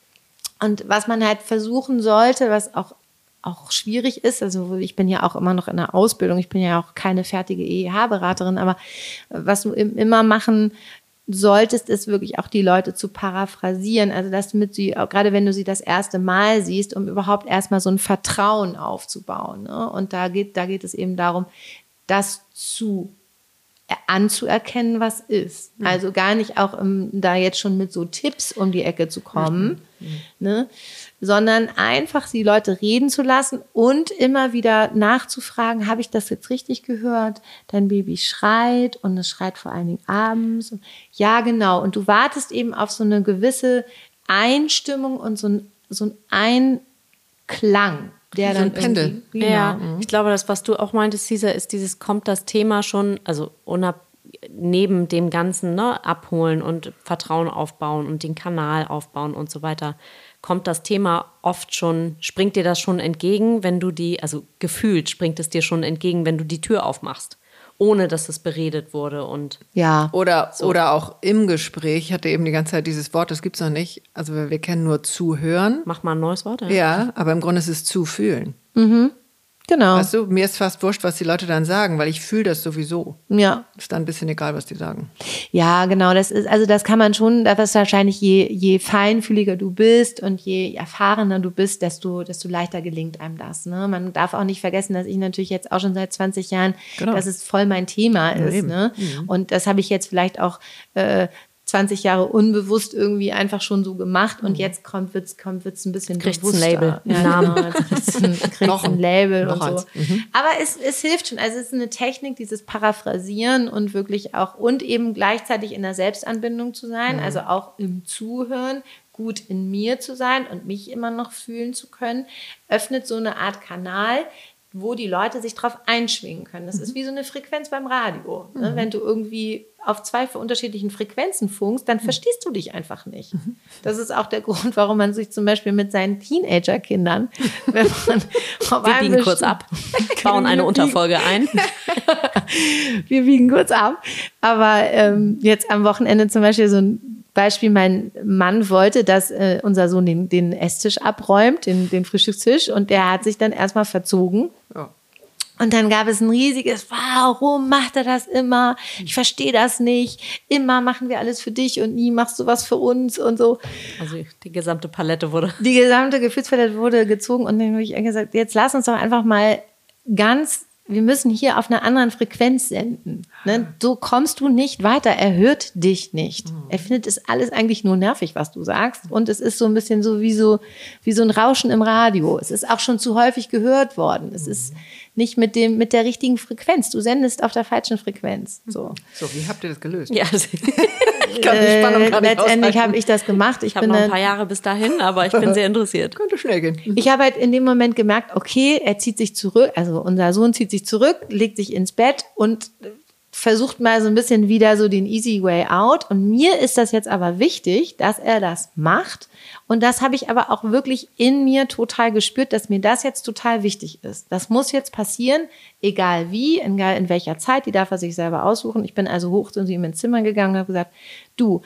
Und was man halt versuchen sollte, was auch, auch schwierig ist, also ich bin ja auch immer noch in der Ausbildung, ich bin ja auch keine fertige E E H-Beraterin, aber was du immer machen solltest, ist wirklich auch die Leute zu paraphrasieren, also dass du mit sie, auch gerade wenn du sie das erste Mal siehst, um überhaupt erstmal so ein Vertrauen aufzubauen. Ne? Und da geht, da geht es eben darum, das zu anzuerkennen, was ist. Mhm. Also gar nicht auch um, da jetzt schon mit so Tipps um die Ecke zu kommen, mhm. ne? Sondern einfach die Leute reden zu lassen und immer wieder nachzufragen, habe ich das jetzt richtig gehört? Dein Baby schreit und es schreit vor allen Dingen abends. Ja, genau. Und du wartest eben auf so eine gewisse Einstimmung und so ein, so ein Einklang. Der so dann ein Pendel. Genau. Ja, ich glaube, das, was du auch meintest, Cesar, ist dieses, kommt das Thema schon, also unab, neben dem Ganzen, ne, abholen und Vertrauen aufbauen und den Kanal aufbauen und so weiter, kommt das Thema oft schon, springt dir das schon entgegen, wenn du die, also gefühlt springt es dir schon entgegen, wenn du die Tür aufmachst, ohne dass es beredet wurde. Und ja. Oder, so. oder auch im Gespräch, ich hatte eben die ganze Zeit dieses Wort, das gibt es noch nicht, also wir, wir kennen nur zuhören. Mach mal ein neues Wort. Ja, ja, aber im Grunde ist es zufühlen. Mhm. Genau. Weißt du, mir ist fast wurscht, was die Leute dann sagen, weil ich fühle das sowieso. Ja. Ist dann ein bisschen egal, was die sagen. Ja, genau. Das ist, also das kann man schon, das ist wahrscheinlich, je, je feinfühliger du bist und je erfahrener du bist, desto, desto leichter gelingt einem das. Ne? Man darf auch nicht vergessen, dass ich natürlich jetzt auch schon seit zwanzig Jahren, genau. dass es voll mein Thema ist. Ja, ne? Mhm. Und das habe ich jetzt vielleicht auch äh, zwanzig Jahre unbewusst irgendwie einfach schon so gemacht und jetzt kommt, wird's, kommt, wird's ein bisschen kriegt's bewusster. Ein Label. Ja, Namen. genau, jetzt kriegt's ein, kriegt's ein Label und so. Mhm. Aber es, es hilft schon. Also es ist eine Technik, dieses Paraphrasieren und wirklich auch, und eben gleichzeitig in der Selbstanbindung zu sein, mhm. also auch im Zuhören, gut in mir zu sein und mich immer noch fühlen zu können, öffnet so eine Art Kanal, wo die Leute sich drauf einschwingen können. Das mhm. ist wie so eine Frequenz beim Radio. Mhm. Ne? Wenn du irgendwie auf zwei unterschiedlichen Frequenzen funkst, dann mhm. verstehst du dich einfach nicht. Mhm. Das ist auch der Grund, warum man sich zum Beispiel mit seinen Teenager-Kindern, wenn man wir biegen kurz ab, bauen eine Unterfolge ein. Wir biegen kurz ab. Aber ähm, jetzt am Wochenende zum Beispiel so ein Beispiel, mein Mann wollte, dass äh, unser Sohn den, den Esstisch abräumt, den, den Frühstückstisch, und der hat sich dann erstmal verzogen. Ja. Und dann gab es ein riesiges, warum macht er das immer? Ich verstehe das nicht. Immer machen wir alles für dich und nie machst du was für uns und so. Also die gesamte Palette wurde... Die gesamte Gefühlspalette wurde gezogen und dann habe ich gesagt, jetzt lass uns doch einfach mal ganz... Wir müssen hier auf einer anderen Frequenz senden. Ne? So kommst du nicht weiter. Er hört dich nicht. Mhm. Er findet es alles eigentlich nur nervig, was du sagst. Und es ist so ein bisschen so wie so, wie so ein Rauschen im Radio. Es ist auch schon zu häufig gehört worden. Es mhm. ist nicht mit dem, mit der richtigen Frequenz. Du sendest auf der falschen Frequenz. So, so wie habt ihr das gelöst? Ja, ich kann die Spannung gar nicht letztendlich habe ich das gemacht. Ich, ich habe noch ein paar Jahre bis dahin, aber ich bin sehr interessiert. Könnte schnell gehen. Ich habe halt in dem Moment gemerkt, okay, er zieht sich zurück, also unser Sohn zieht sich zurück, legt sich ins Bett und versucht mal so ein bisschen wieder so den easy way out. Und mir ist das jetzt aber wichtig, dass er das macht. Und das habe ich aber auch wirklich in mir total gespürt, dass mir das jetzt total wichtig ist. Das muss jetzt passieren, egal wie, egal in welcher Zeit, die darf er sich selber aussuchen. Ich bin also hoch zu ihm ins Zimmer gegangen und habe gesagt, du,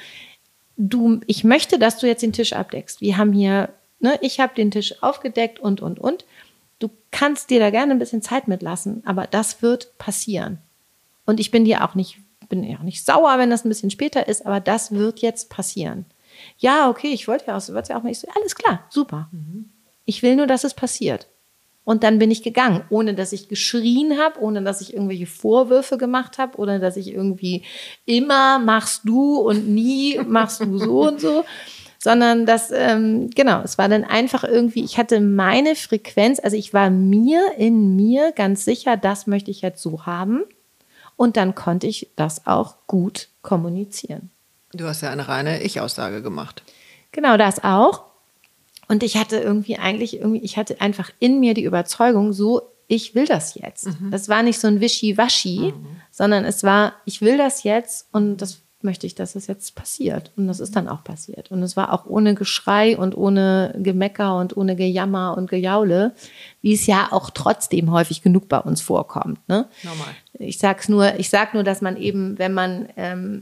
du, ich möchte, dass du jetzt den Tisch abdeckst. Wir haben hier, ne, ich habe den Tisch aufgedeckt und, und, und. Du kannst dir da gerne ein bisschen Zeit mitlassen, aber das wird passieren. Und ich bin dir auch nicht, bin ja auch nicht sauer, wenn das ein bisschen später ist, aber das wird jetzt passieren. Ja, okay, ich wollte ja auch, wollte ja auch nicht so, alles klar, super. Mhm. Ich will nur, dass es passiert. Und dann bin ich gegangen, ohne dass ich geschrien habe, ohne dass ich irgendwelche Vorwürfe gemacht habe, ohne dass ich irgendwie immer machst du und nie machst du so und so. Sondern das, ähm, genau, es war dann einfach irgendwie, ich hatte meine Frequenz, also ich war mir, in mir ganz sicher, das möchte ich jetzt so haben. Und dann konnte ich das auch gut kommunizieren. Du hast ja eine reine Ich-Aussage gemacht. Genau, das auch. Und ich hatte irgendwie eigentlich, irgendwie, ich hatte einfach in mir die Überzeugung, so, ich will das jetzt. Mhm. Das war nicht so ein Wischi-Waschi, mhm. sondern es war, ich will das jetzt und das möchte ich, dass das jetzt passiert. Und das ist dann auch passiert. Und es war auch ohne Geschrei und ohne Gemecker und ohne Gejammer und Gejaule, wie es ja auch trotzdem häufig genug bei uns vorkommt. Ne? Normal. Ich sag's nur, ich sag nur, dass man eben, wenn man, ähm,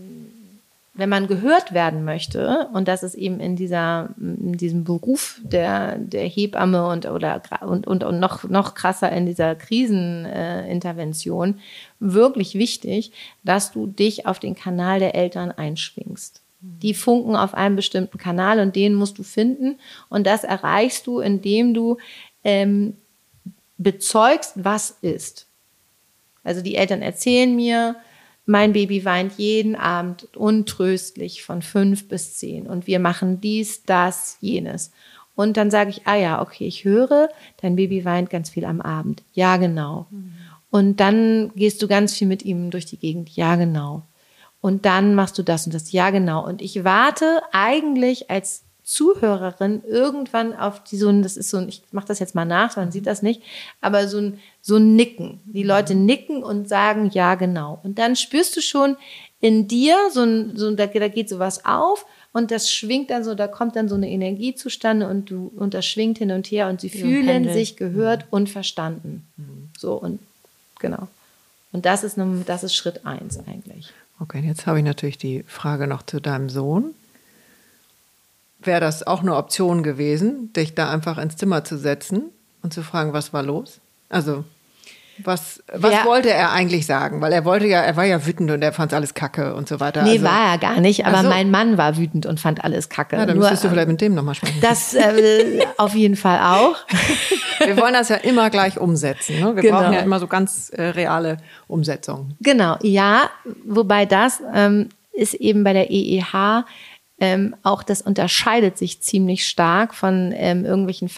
wenn man gehört werden möchte, und das ist eben in dieser, in diesem Beruf der, der Hebamme und, oder, und, und, und noch, noch krasser in dieser Krisenintervention, äh, wirklich wichtig, dass du dich auf den Kanal der Eltern einschwingst. Die funken auf einem bestimmten Kanal und den musst du finden. Und das erreichst du, indem du ähm, bezeugst, was ist. Also die Eltern erzählen mir, mein Baby weint jeden Abend untröstlich von fünf bis zehn und wir machen dies, das, jenes. Und dann sage ich, ah ja, okay, ich höre, dein Baby weint ganz viel am Abend. Ja, genau. Mhm. Und dann gehst du ganz viel mit ihm durch die Gegend. Ja, genau. Und dann machst du das und das. Ja, genau. Und ich warte eigentlich als Zuhörerin irgendwann auf die so ein, das ist so ein, ich mache das jetzt mal nach, man sieht das nicht, aber so ein, so ein Nicken. Die Leute nicken und sagen, ja, genau. Und dann spürst du schon in dir, so ein, so ein, da, da geht sowas auf und das schwingt dann so, da kommt dann so eine Energie zustande und du, und das schwingt hin und her und sie fühlen sich gehört mhm. und verstanden. Mhm. So und genau. Und das ist, eine, das ist Schritt eins eigentlich. Okay, jetzt habe ich natürlich die Frage noch zu deinem Sohn. Wäre das auch eine Option gewesen, dich da einfach ins Zimmer zu setzen und zu fragen, was war los? Also, was, was Wer, wollte er eigentlich sagen? Weil er wollte ja, er war ja wütend und er fand alles kacke und so weiter. Nee, also, war er gar nicht, aber so. Mein Mann war wütend und fand alles kacke. Ja, dann Nur, müsstest du vielleicht mit dem nochmal sprechen. Das äh, auf jeden Fall auch. Wir wollen das ja immer gleich umsetzen. Ne? Wir genau. brauchen ja immer so ganz äh, reale Umsetzungen. Genau, ja, wobei das... Ähm, ist eben bei der E E H ähm, auch, das unterscheidet sich ziemlich stark von ähm, irgendwelchen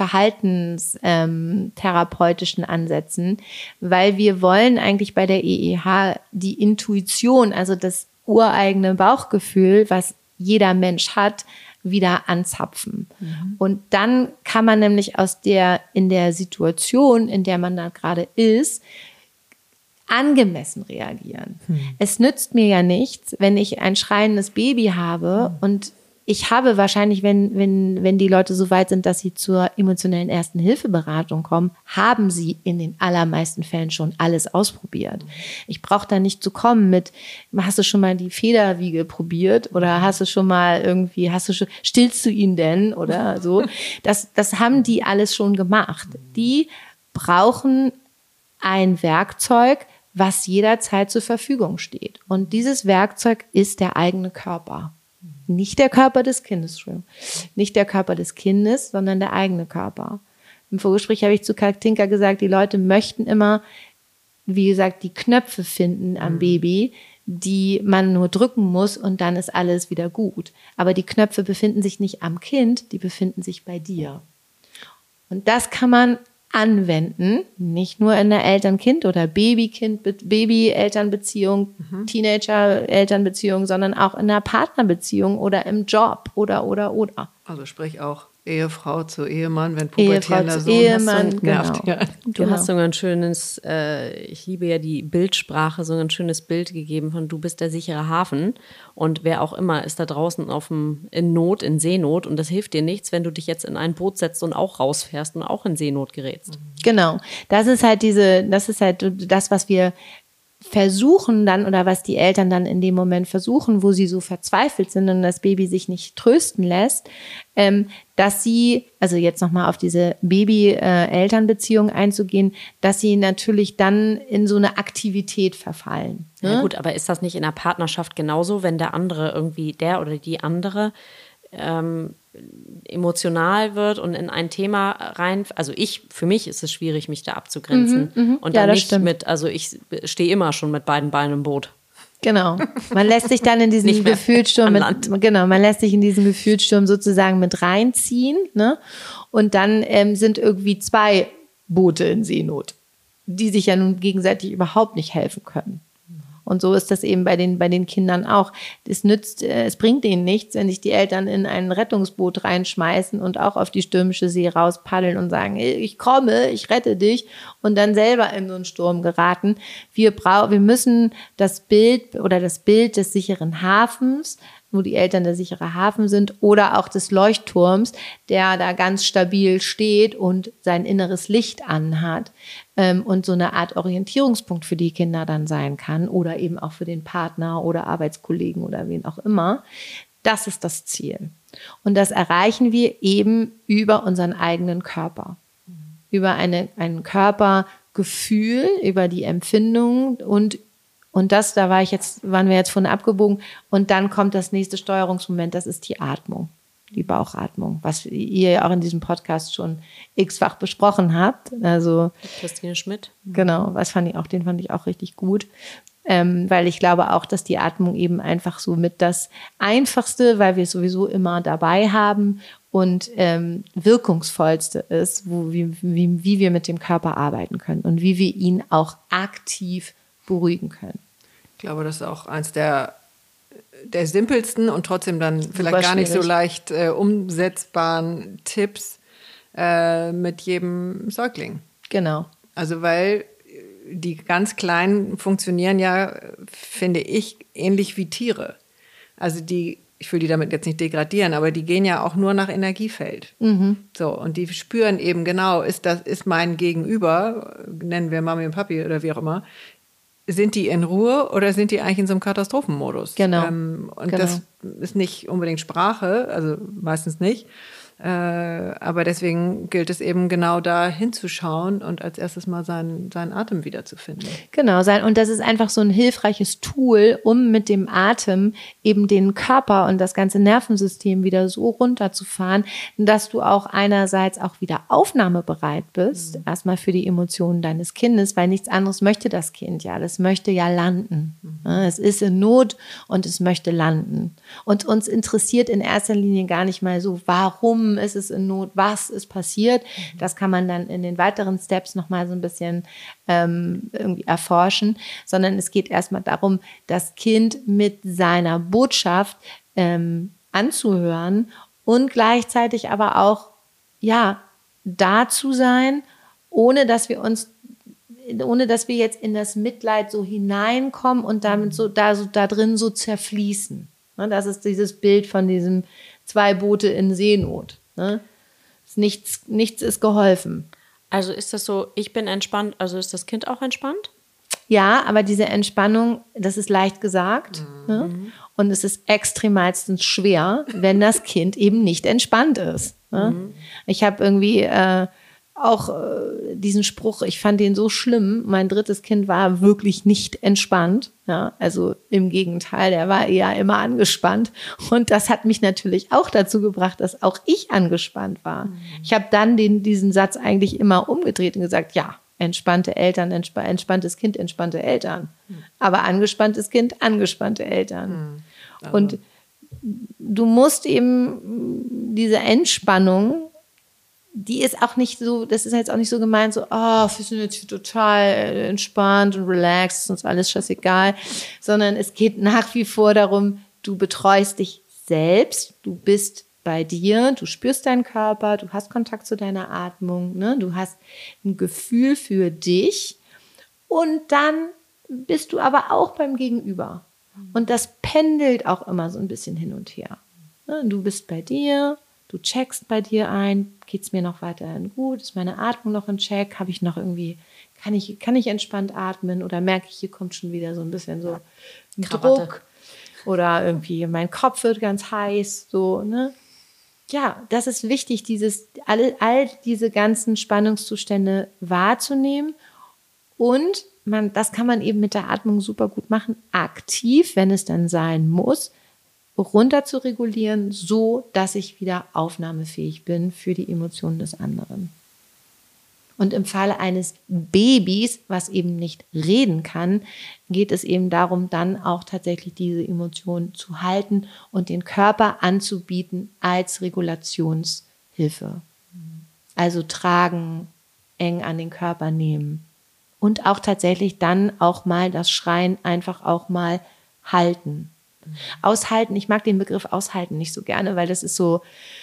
verhaltenstherapeutischen ähm, Ansätzen, weil wir wollen eigentlich bei der E E H die Intuition, also das ureigene Bauchgefühl, was jeder Mensch hat, wieder anzapfen. Mhm. Und dann kann man nämlich aus der, in der Situation, in der man da gerade ist, angemessen reagieren. Hm. Es nützt mir ja nichts, wenn ich ein schreiendes Baby habe hm. und ich habe wahrscheinlich, wenn, wenn, wenn die Leute so weit sind, dass sie zur emotionellen Ersten-Hilfe-Beratung kommen, haben sie in den allermeisten Fällen schon alles ausprobiert. Ich brauche da nicht zu kommen mit, hast du schon mal die Federwiege probiert oder hast du schon mal irgendwie, hast du schon, stillst du ihn denn oder so? Das, das haben die alles schon gemacht. Die brauchen ein Werkzeug, was jederzeit zur Verfügung steht. Und dieses Werkzeug ist der eigene Körper. Nicht der Körper des Kindes, nicht der Körper des Kindes, sondern der eigene Körper. Im Vorgespräch habe ich zu Katinka gesagt, die Leute möchten immer, wie gesagt, die Knöpfe finden am mhm. Baby, die man nur drücken muss und dann ist alles wieder gut. Aber die Knöpfe befinden sich nicht am Kind, die befinden sich bei dir. Und das kann man anwenden, nicht nur in der Eltern-Kind- oder Baby-Kind, Baby-Elternbeziehung, mhm. Teenager-Elternbeziehung, sondern auch in der Partnerbeziehung oder im Job oder, oder, oder. Also sprich auch Ehefrau zu Ehemann, wenn pubertierender Sohn Ehemann, hast, nervt. Genau. Ja. Du genau. hast sogar ein schönes, äh, ich liebe ja die Bildsprache, so ein schönes Bild gegeben von du bist der sichere Hafen und wer auch immer ist da draußen auf dem, in Not, in Seenot und das hilft dir nichts, wenn du dich jetzt in ein Boot setzt und auch rausfährst und auch in Seenot gerätst. Genau, das ist halt diese, das ist halt das, was wir versuchen dann oder was die Eltern dann in dem Moment versuchen, wo sie so verzweifelt sind und das Baby sich nicht trösten lässt, ähm, dass sie, also jetzt nochmal auf diese Baby-Elternbeziehung einzugehen, dass sie natürlich dann in so eine Aktivität verfallen. Ne? Ja gut, aber ist das nicht in der Partnerschaft genauso, wenn der andere irgendwie, der oder die andere ähm, emotional wird und in ein Thema rein, also ich, für mich ist es schwierig, mich da abzugrenzen mhm, und ja, dann nicht stimmt. mit, also ich stehe immer schon mit beiden Beinen im Boot. Genau. Man lässt sich dann in diesen Gefühlssturm mit, genau, man lässt sich in diesen Gefühlssturm sozusagen mit reinziehen, ne? Und dann ähm, sind irgendwie zwei Boote in Seenot, die sich ja nun gegenseitig überhaupt nicht helfen können. Und so ist das eben bei den, bei den Kindern auch. Es nützt, es bringt ihnen nichts, wenn sich die Eltern in ein Rettungsboot reinschmeißen und auch auf die stürmische See rauspaddeln und sagen, ich komme, ich rette dich und dann selber in so einen Sturm geraten. Wir brauchen, wir müssen das Bild oder das Bild des sicheren Hafens, wo die Eltern der sichere Hafen sind, oder auch des Leuchtturms, der da ganz stabil steht und sein inneres Licht anhat ähm, und so eine Art Orientierungspunkt für die Kinder dann sein kann oder eben auch für den Partner oder Arbeitskollegen oder wen auch immer. Das ist das Ziel. Und das erreichen wir eben über unseren eigenen Körper, mhm. über eine, ein Körpergefühl, über die Empfindung und Und das, da war ich jetzt, waren wir jetzt von abgebogen. Und dann kommt das nächste Steuerungsmoment, das ist die Atmung, die Bauchatmung, was ihr ja auch in diesem Podcast schon x-fach besprochen habt. Also Christine Schmidt. Genau, was fand ich auch, den fand ich auch richtig gut. Ähm, weil ich glaube auch, dass die Atmung eben einfach so mit das Einfachste, weil wir es sowieso immer dabei haben und ähm, wirkungsvollste ist, wo, wie, wie, wie wir mit dem Körper arbeiten können und wie wir ihn auch aktiv beruhigen können. Ich glaube, das ist auch eins der, der simpelsten und trotzdem dann vielleicht Super gar nicht so leicht äh, umsetzbaren Tipps äh, mit jedem Säugling. Genau. Also weil die ganz Kleinen funktionieren ja, finde ich, ähnlich wie Tiere. Also die, ich will die damit jetzt nicht degradieren, aber die gehen ja auch nur nach Energiefeld. Mhm. So, und die spüren eben genau, ist das, ist mein Gegenüber, nennen wir Mami und Papi oder wie auch immer, sind die in Ruhe oder sind die eigentlich in so einem Katastrophenmodus? Genau. Ähm, und genau. das ist nicht unbedingt Sprache, also meistens nicht, Äh, aber deswegen gilt es eben genau da hinzuschauen und als erstes mal seinen, seinen Atem wiederzufinden. Genau, sein. Und das ist einfach so ein hilfreiches Tool, um mit dem Atem eben den Körper und das ganze Nervensystem wieder so runterzufahren, dass du auch einerseits auch wieder aufnahmebereit bist, mhm. erstmal für die Emotionen deines Kindes, weil nichts anderes möchte das Kind ja. Das möchte ja landen. Mhm. Es ist in Not und es möchte landen. Und uns interessiert in erster Linie gar nicht mal so, warum ist es in Not, was ist passiert. Das kann man dann in den weiteren Steps nochmal so ein bisschen ähm, irgendwie erforschen, sondern es geht erstmal darum, das Kind mit seiner Botschaft ähm, anzuhören und gleichzeitig aber auch, ja, da zu sein, ohne dass wir uns, ohne dass wir jetzt in das Mitleid so hineinkommen und damit so da, so da drin so zerfließen. Das ist dieses Bild von diesem zwei Boote in Seenot. Ne? Nichts, nichts ist geholfen. Also ist das so, ich bin entspannt, also ist das Kind auch entspannt? Ja, aber diese Entspannung, das ist leicht gesagt. Mhm. Ne? Und es ist extrem meistens schwer, wenn das Kind eben nicht entspannt ist. Ne? Mhm. Ich habe irgendwie äh, auch äh, diesen Spruch, ich fand den so schlimm. Mein drittes Kind war wirklich nicht entspannt. Ja, also im Gegenteil, der war eher immer angespannt. Und das hat mich natürlich auch dazu gebracht, dass auch ich angespannt war. Mhm. Ich habe dann den, diesen Satz eigentlich immer umgedreht und gesagt, ja, entspannte Eltern, entsp- entspanntes Kind, entspannte Eltern. Mhm. Aber angespanntes Kind, angespannte Eltern. Mhm. Also. Und du musst eben diese Entspannung, die ist auch nicht so, das ist jetzt auch nicht so gemeint, so, oh, wir sind jetzt total entspannt und relaxed, ist uns alles scheißegal, sondern es geht nach wie vor darum, du betreust dich selbst, du bist bei dir, du spürst deinen Körper, du hast Kontakt zu deiner Atmung, ne? Du hast ein Gefühl für dich und dann bist du aber auch beim Gegenüber. Und das pendelt auch immer so ein bisschen hin und her. Ne? Du bist bei dir, du checkst bei dir ein, geht es mir noch weiterhin gut, ist meine Atmung noch in Check, habe ich noch irgendwie, kann ich, kann ich entspannt atmen oder merke ich, hier kommt schon wieder so ein bisschen so ein Druck oder irgendwie mein Kopf wird ganz heiß, so, ne? Ja, das ist wichtig, dieses, alle, all diese ganzen Spannungszustände wahrzunehmen und man, das kann man eben mit der Atmung super gut machen, aktiv, wenn es dann sein muss, runter zu regulieren, so dass ich wieder aufnahmefähig bin für die Emotionen des anderen. Und im Falle eines Babys, was eben nicht reden kann, geht es eben darum, dann auch tatsächlich diese Emotionen zu halten und den Körper anzubieten als Regulationshilfe. Also tragen, eng an den Körper nehmen und auch tatsächlich dann auch mal das Schreien einfach auch mal halten. Aushalten, ich mag den Begriff aushalten nicht so gerne, weil das ist so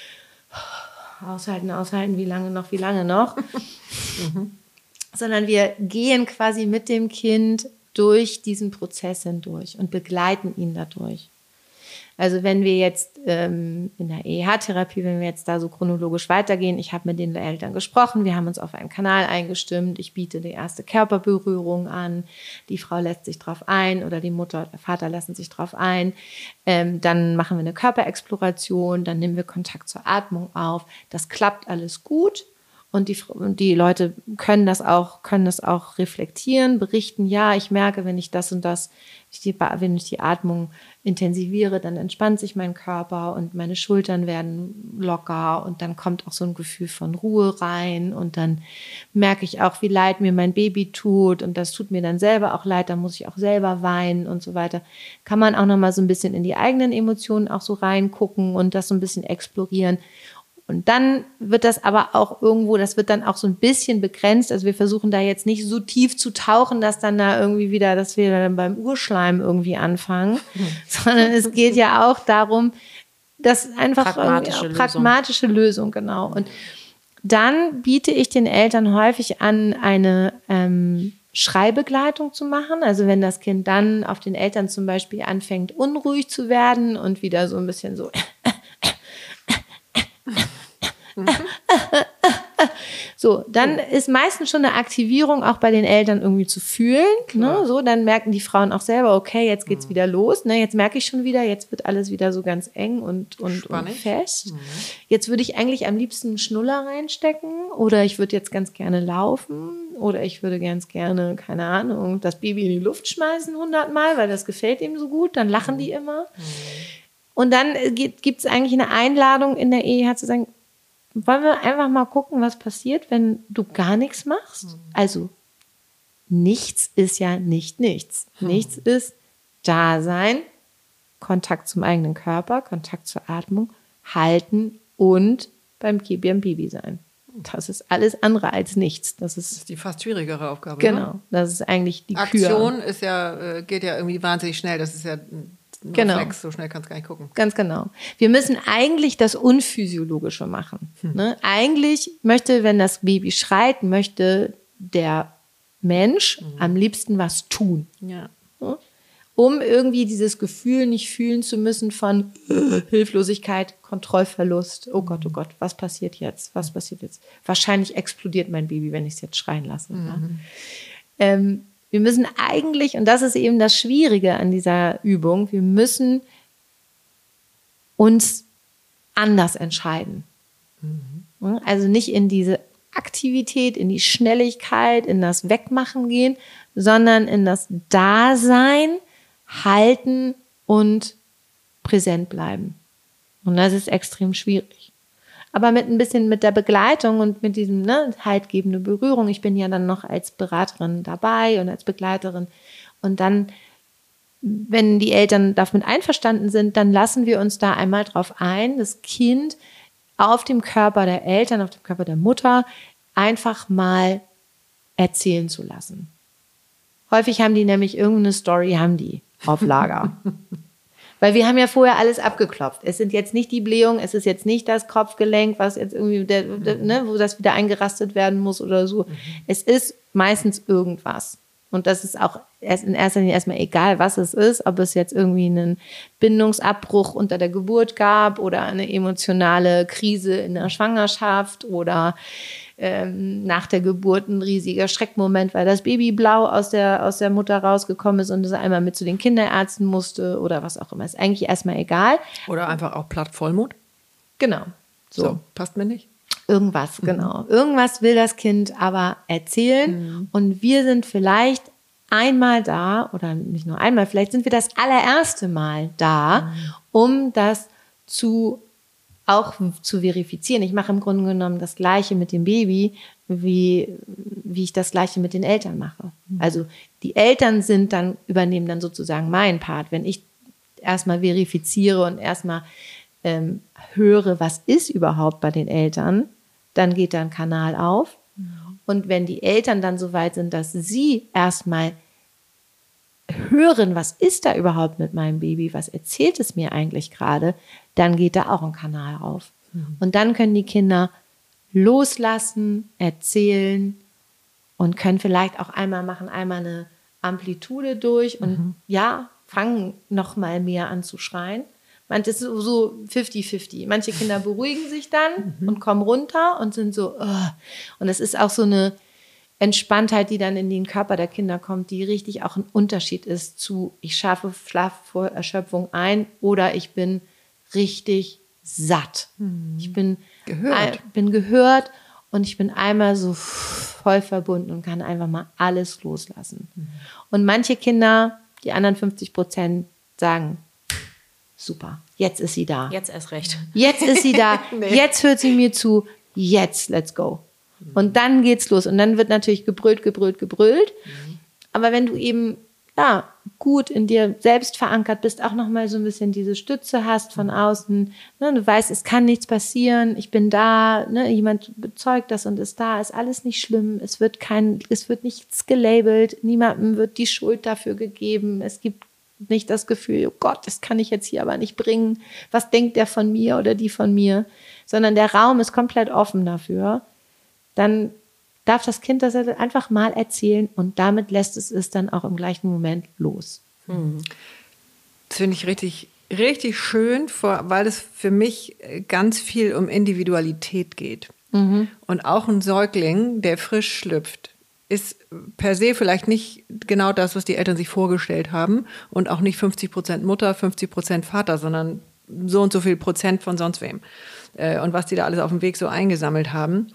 aushalten, aushalten, wie lange noch, wie lange noch. mhm. Sondern wir gehen quasi mit dem Kind durch diesen Prozess hindurch und begleiten ihn dadurch. Also wenn wir jetzt ähm, in der E E H-Therapie, wenn wir jetzt da so chronologisch weitergehen, ich habe mit den Eltern gesprochen, wir haben uns auf einen Kanal eingestimmt, ich biete die erste Körperberührung an, die Frau lässt sich drauf ein oder die Mutter oder der Vater lassen sich drauf ein, ähm, dann machen wir eine Körperexploration, dann nehmen wir Kontakt zur Atmung auf, das klappt alles gut. Und die, und die Leute können das auch, können das auch reflektieren, berichten, ja, ich merke, wenn ich das und das, ich die, wenn ich die Atmung intensiviere, dann entspannt sich mein Körper und meine Schultern werden locker und dann kommt auch so ein Gefühl von Ruhe rein und dann merke ich auch, wie leid mir mein Baby tut und das tut mir dann selber auch leid, dann muss ich auch selber weinen und so weiter. Kann man auch nochmal so ein bisschen in die eigenen Emotionen auch so reingucken und das so ein bisschen explorieren. Und dann wird das aber auch irgendwo, das wird dann auch so ein bisschen begrenzt. Also wir versuchen da jetzt nicht so tief zu tauchen, dass dann da irgendwie wieder, dass wir dann beim Urschleim irgendwie anfangen, mhm. sondern es geht ja auch darum, dass einfach pragmatische, pragmatische Lösung, genau. Und dann biete ich den Eltern häufig an, eine ähm, Schreibegleitung zu machen. Also wenn das Kind dann auf den Eltern zum Beispiel anfängt, unruhig zu werden und wieder so ein bisschen so So, dann oh. ist meistens schon eine Aktivierung auch bei den Eltern irgendwie zu fühlen. Ne? So, dann merken die Frauen auch selber, okay, jetzt geht's mhm. wieder los. Ne? Jetzt merke ich schon wieder, jetzt wird alles wieder so ganz eng und, und, und fest. Mhm. Jetzt würde ich eigentlich am liebsten einen Schnuller reinstecken oder ich würde jetzt ganz gerne laufen oder ich würde ganz gerne, keine Ahnung, das Baby in die Luft schmeißen hundertmal, weil das gefällt ihm so gut. Dann lachen mhm. die immer. Mhm. Und dann gibt es eigentlich eine Einladung in der Ehe zu sagen, wollen wir einfach mal gucken, was passiert, wenn du gar nichts machst? Mhm. Also nichts ist ja nicht nichts. Mhm. Nichts ist Dasein, Kontakt zum eigenen Körper, Kontakt zur Atmung, halten und beim Baby sein. Das ist alles andere als nichts. Das ist, das ist die fast schwierigere Aufgabe. Genau, ne? Das ist eigentlich die Aktion Kür. ist ja, geht ja irgendwie wahnsinnig schnell. Das ist ja ein genau. Reflex, so schnell kannst du gar nicht gucken. Ganz genau. Wir müssen eigentlich das Unphysiologische machen. Hm. Ne? Eigentlich möchte, wenn das Baby schreit, möchte der Mensch mhm. am liebsten was tun. Ja. Ne? Um irgendwie dieses Gefühl nicht fühlen zu müssen von äh, Hilflosigkeit, Kontrollverlust. Oh Gott, oh Gott, was passiert jetzt? Was passiert jetzt? Wahrscheinlich explodiert mein Baby, wenn ich es jetzt schreien lasse. Mhm. Ja? Ähm, wir müssen eigentlich, und das ist eben das Schwierige an dieser Übung, wir müssen uns anders entscheiden. Mhm. Also nicht in diese Aktivität, in die Schnelligkeit, in das Wegmachen gehen, sondern in das Dasein, halten und präsent bleiben. Und das ist extrem schwierig. Aber mit ein bisschen mit der Begleitung und mit diesem ne, haltgebende Berührung, ich bin ja dann noch als Beraterin dabei und als Begleiterin. Und dann, wenn die Eltern damit einverstanden sind, dann lassen wir uns da einmal drauf ein, das Kind auf dem Körper der Eltern, auf dem Körper der Mutter einfach mal erzählen zu lassen. Häufig haben die nämlich irgendeine Story, haben die auf Lager. Weil wir haben ja vorher alles abgeklopft. Es sind jetzt nicht die Blähungen, es ist jetzt nicht das Kopfgelenk, was jetzt irgendwie, der, der, ne, wo das wieder eingerastet werden muss oder so. Mhm. Es ist meistens irgendwas. Und das ist auch erst in erster Linie erstmal egal, was es ist, ob es jetzt irgendwie einen Bindungsabbruch unter der Geburt gab oder eine emotionale Krise in der Schwangerschaft oder ähm, nach der Geburt ein riesiger Schreckmoment, weil das Baby blau aus der, aus der Mutter rausgekommen ist und es einmal mit zu den Kinderärzten musste oder was auch immer. Ist eigentlich erstmal egal. Oder einfach auch platt Vollmond. Genau. So, so passt mir nicht. Irgendwas, genau. Mhm. Irgendwas will das Kind aber erzählen mhm. und wir sind vielleicht einmal da oder nicht nur einmal, vielleicht sind wir das allererste Mal da, mhm. um das zu auch zu verifizieren. Ich mache im Grunde genommen das Gleiche mit dem Baby, wie, wie ich das Gleiche mit den Eltern mache. Mhm. Also die Eltern sind dann, übernehmen dann sozusagen meinen Part. Wenn ich erstmal verifiziere und erstmal ähm, höre, was ist überhaupt bei den Eltern, dann geht da ein Kanal auf. Mhm. Und wenn die Eltern dann so weit sind, dass sie erstmal hören, was ist da überhaupt mit meinem Baby, was erzählt es mir eigentlich gerade, dann geht da auch ein Kanal auf. Mhm. Und dann können die Kinder loslassen, erzählen und können vielleicht auch einmal machen, einmal eine Amplitude durch und mhm. ja, fangen noch mal mehr an zu schreien. Manche ist so fünfzig fünfzig. Manche Kinder beruhigen sich dann mhm. und kommen runter und sind so, oh. Und es ist auch so eine Entspanntheit, die dann in den Körper der Kinder kommt, die richtig auch ein Unterschied ist zu, ich schaffe Schlaf vor Erschöpfung ein oder ich bin richtig satt. Mhm. Ich bin gehört. Ein, bin gehört und ich bin einmal so voll verbunden und kann einfach mal alles loslassen. Mhm. Und manche Kinder, die anderen fünfzig Prozent, sagen, super, jetzt ist sie da. Jetzt erst recht. Jetzt ist sie da, nee. Jetzt hört sie mir zu, jetzt, let's go. Mhm. Und dann geht's los. Und dann wird natürlich gebrüllt, gebrüllt, gebrüllt. Mhm. Aber wenn du eben ja, gut in dir selbst verankert bist, auch nochmal so ein bisschen diese Stütze hast von außen, ne, du weißt, es kann nichts passieren, ich bin da, ne, jemand bezeugt das und ist da, ist alles nicht schlimm, es wird kein, es wird nichts gelabelt, niemandem wird die Schuld dafür gegeben, es gibt nicht das Gefühl, oh Gott, das kann ich jetzt hier aber nicht bringen, was denkt der von mir oder die von mir, sondern der Raum ist komplett offen dafür, dann darf das Kind das einfach mal erzählen und damit lässt es es dann auch im gleichen Moment los. Hm. Das finde ich richtig, richtig schön, weil es für mich ganz viel um Individualität geht. Mhm. Und auch ein Säugling, der frisch schlüpft, ist per se vielleicht nicht genau das, was die Eltern sich vorgestellt haben und auch nicht fünfzig Prozent Mutter, fünfzig Prozent Vater, sondern so und so viel Prozent von sonst wem. Und was die da alles auf dem Weg so eingesammelt haben.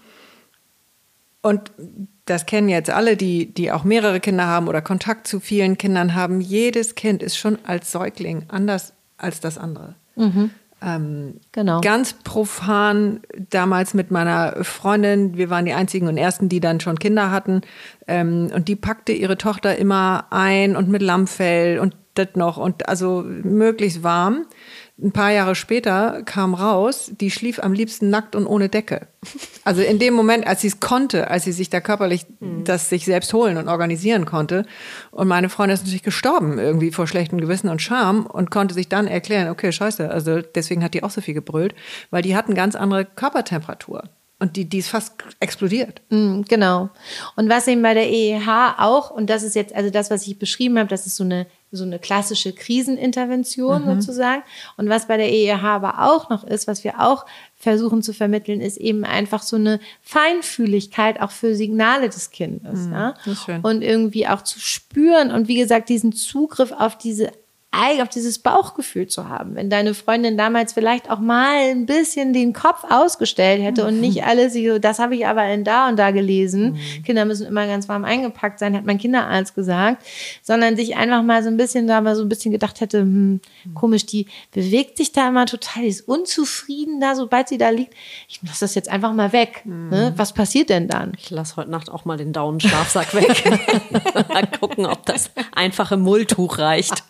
Und das kennen jetzt alle, die, die auch mehrere Kinder haben oder Kontakt zu vielen Kindern haben. Jedes Kind ist schon als Säugling anders als das andere. Mhm. Ähm, genau. Ganz profan damals mit meiner Freundin, wir waren die einzigen und ersten, die dann schon Kinder hatten, ähm, und die packte ihre Tochter immer ein und mit Lammfell und das noch und also möglichst warm. Ein paar Jahre später kam raus, die schlief am liebsten nackt und ohne Decke. Also in dem Moment, als sie es konnte, als sie sich da körperlich mhm. das sich selbst holen und organisieren konnte. Und meine Freundin ist natürlich gestorben irgendwie vor schlechtem Gewissen und Scham und konnte sich dann erklären, okay, scheiße, also deswegen hat die auch so viel gebrüllt, weil die hatten ganz andere Körpertemperatur. Und die, die ist fast explodiert. Mm, genau. Und was eben bei der E E H auch, und das ist jetzt, also das, was ich beschrieben habe, das ist so eine, so eine klassische Krisenintervention mhm. sozusagen. Und was bei der E E H aber auch noch ist, was wir auch versuchen zu vermitteln, ist eben einfach so eine Feinfühligkeit auch für Signale des Kindes. Mhm, ja? Das ist schön. Und irgendwie auch zu spüren und wie gesagt, diesen Zugriff auf diese auf dieses Bauchgefühl zu haben. Wenn deine Freundin damals vielleicht auch mal ein bisschen den Kopf ausgestellt hätte und nicht alles, so, das habe ich aber in da und da gelesen. Mhm. Kinder müssen immer ganz warm eingepackt sein, hat mein Kinderarzt gesagt. Sondern sich einfach mal so ein bisschen da mal so ein bisschen gedacht hätte, hm, komisch, die bewegt sich da immer total, die ist unzufrieden da, sobald sie da liegt. Ich lasse das jetzt einfach mal weg. Mhm. Ne? Was passiert denn dann? Ich lasse heute Nacht auch mal den Daunenschlafsack weg. Mal gucken, ob das einfache Mulltuch reicht.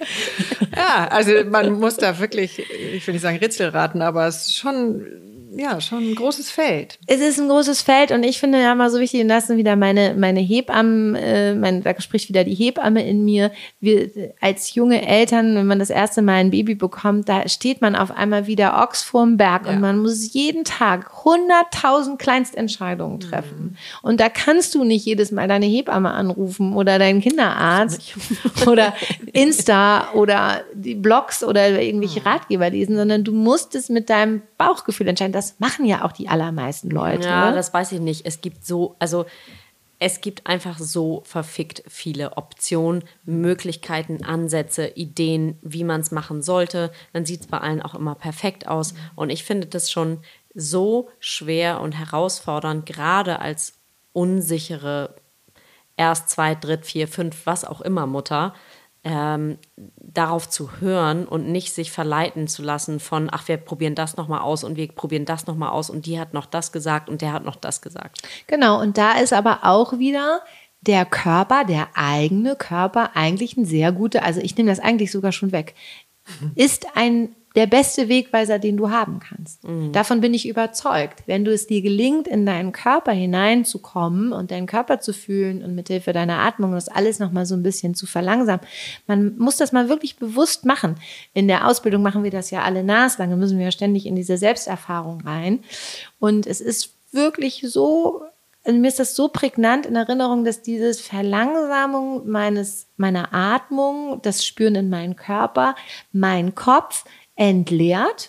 Ja, also man muss da wirklich, ich will nicht sagen Rätsel raten, aber es ist schon, ja, schon ein großes Feld. Es ist ein großes Feld und ich finde ja mal so wichtig, und das sind wieder meine, meine Hebammen, äh, mein, da spricht wieder die Hebamme in mir. Wir als junge Eltern, wenn man das erste Mal ein Baby bekommt, da steht man auf einmal wieder Ochs vorm Berg ja. und man muss jeden Tag hunderttausend Kleinstentscheidungen treffen. Mhm. Und da kannst du nicht jedes Mal deine Hebamme anrufen oder deinen Kinderarzt oder Insta oder die Blogs oder irgendwelche mhm. Ratgeber lesen, sondern du musst es mit deinem Bauchgefühl entscheiden. Das machen ja auch die allermeisten Leute. Ja, das weiß ich nicht. Es gibt so, also es gibt einfach so verfickt viele Optionen, Möglichkeiten, Ansätze, Ideen, wie man es machen sollte. Dann sieht es bei allen auch immer perfekt aus. Und ich finde das schon so schwer und herausfordernd, gerade als unsichere Erst-, Zweit-, Dritt-, Vier-, Fünf-, was auch immer Mutter, Ähm, darauf zu hören und nicht sich verleiten zu lassen von, ach, wir probieren das nochmal aus und wir probieren das nochmal aus und die hat noch das gesagt und der hat noch das gesagt. Genau, und da ist aber auch wieder der Körper, der eigene Körper eigentlich ein sehr guter, also ich nehme das eigentlich sogar schon weg, ist ein der beste Wegweiser, den du haben kannst. Mhm. Davon bin ich überzeugt. Wenn du es dir gelingt, in deinen Körper hineinzukommen und deinen Körper zu fühlen und mithilfe deiner Atmung das alles nochmal so ein bisschen zu verlangsamen, man muss das mal wirklich bewusst machen. In der Ausbildung machen wir das ja alle naslang, da müssen wir ja ständig in diese Selbsterfahrung rein. Und es ist wirklich so, also mir ist das so prägnant in Erinnerung, dass dieses Verlangsamung meines, meiner Atmung, das Spüren in meinen Körper, mein Kopf entleert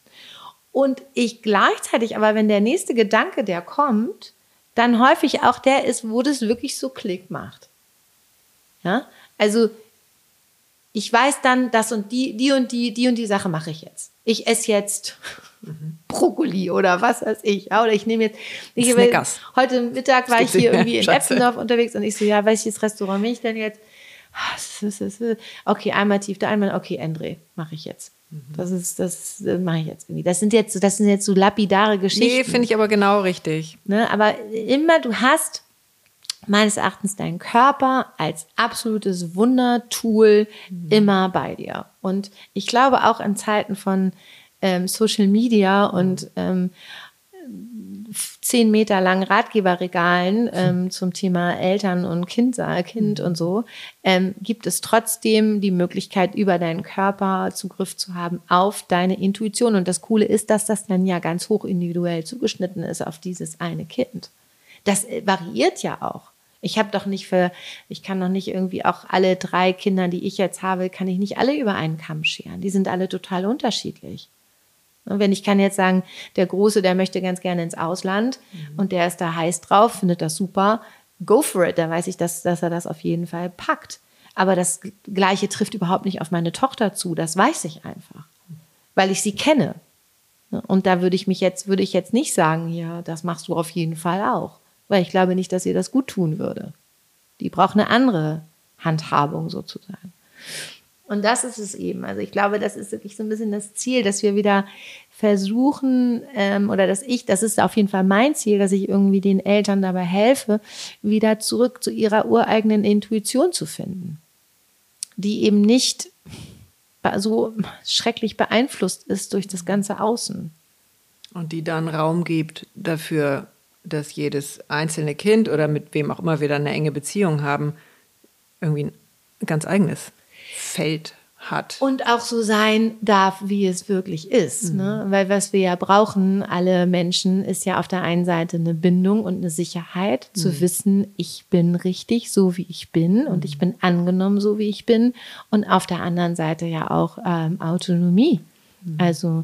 und ich gleichzeitig aber, wenn der nächste Gedanke, der kommt, dann häufig auch der ist, wo das wirklich so Klick macht. Ja, also ich weiß dann, das und die, die und die, die und die Sache mache ich jetzt. Ich esse jetzt mhm. Brokkoli oder was weiß ich. Ja, oder ich nehme jetzt, ich Snickers. Heute Mittag war ich hier irgendwie in Eppendorf unterwegs und ich so, ja, welches Restaurant bin ich denn jetzt? Okay, einmal tief, da einmal, okay, Endre, mache ich jetzt. Das ist, das mache ich jetzt irgendwie. Das sind jetzt, das sind jetzt so lapidare Geschichten. Nee, finde ich aber genau richtig. Ne? Aber immer, du hast meines Erachtens deinen Körper als absolutes Wundertool mhm. immer bei dir. Und ich glaube auch in Zeiten von ähm, Social Media und ähm, zehn Meter langen Ratgeberregalen ähm, zum Thema Eltern und Kind, kind und so, ähm, gibt es trotzdem die Möglichkeit, über deinen Körper Zugriff zu haben auf deine Intuition. Und das Coole ist, dass das dann ja ganz hoch individuell zugeschnitten ist auf dieses eine Kind. Das variiert ja auch. Ich habe doch nicht für, ich kann doch nicht irgendwie auch alle drei Kinder, die ich jetzt habe, kann ich nicht alle über einen Kamm scheren. Die sind alle total unterschiedlich. Wenn ich kann jetzt sagen, der Große, der möchte ganz gerne ins Ausland mhm. und der ist da heiß drauf, findet das super, go for it, da weiß ich, dass, dass er das auf jeden Fall packt. Aber das Gleiche trifft überhaupt nicht auf meine Tochter zu, das weiß ich einfach, weil ich sie kenne. Und da würde ich mich jetzt, würde ich jetzt nicht sagen, ja, das machst du auf jeden Fall auch, weil ich glaube nicht, dass ihr das gut tun würde. Die braucht eine andere Handhabung sozusagen. Und das ist es eben. Also ich glaube, das ist wirklich so ein bisschen das Ziel, dass wir wieder versuchen, ähm, oder dass ich, das ist auf jeden Fall mein Ziel, dass ich irgendwie den Eltern dabei helfe, wieder zurück zu ihrer ureigenen Intuition zu finden, die eben nicht so schrecklich beeinflusst ist durch das ganze Außen. Und die dann Raum gibt dafür, dass jedes einzelne Kind oder mit wem auch immer wir dann eine enge Beziehung haben, irgendwie ein ganz eigenes Feld hat. Und auch so sein darf, wie es wirklich ist. Mhm. Ne? Weil was wir ja brauchen, alle Menschen, ist ja auf der einen Seite eine Bindung und eine Sicherheit, mhm. zu wissen, ich bin richtig, so wie ich bin mhm. und ich bin angenommen, so wie ich bin. Und auf der anderen Seite ja auch ähm, Autonomie. Mhm. Also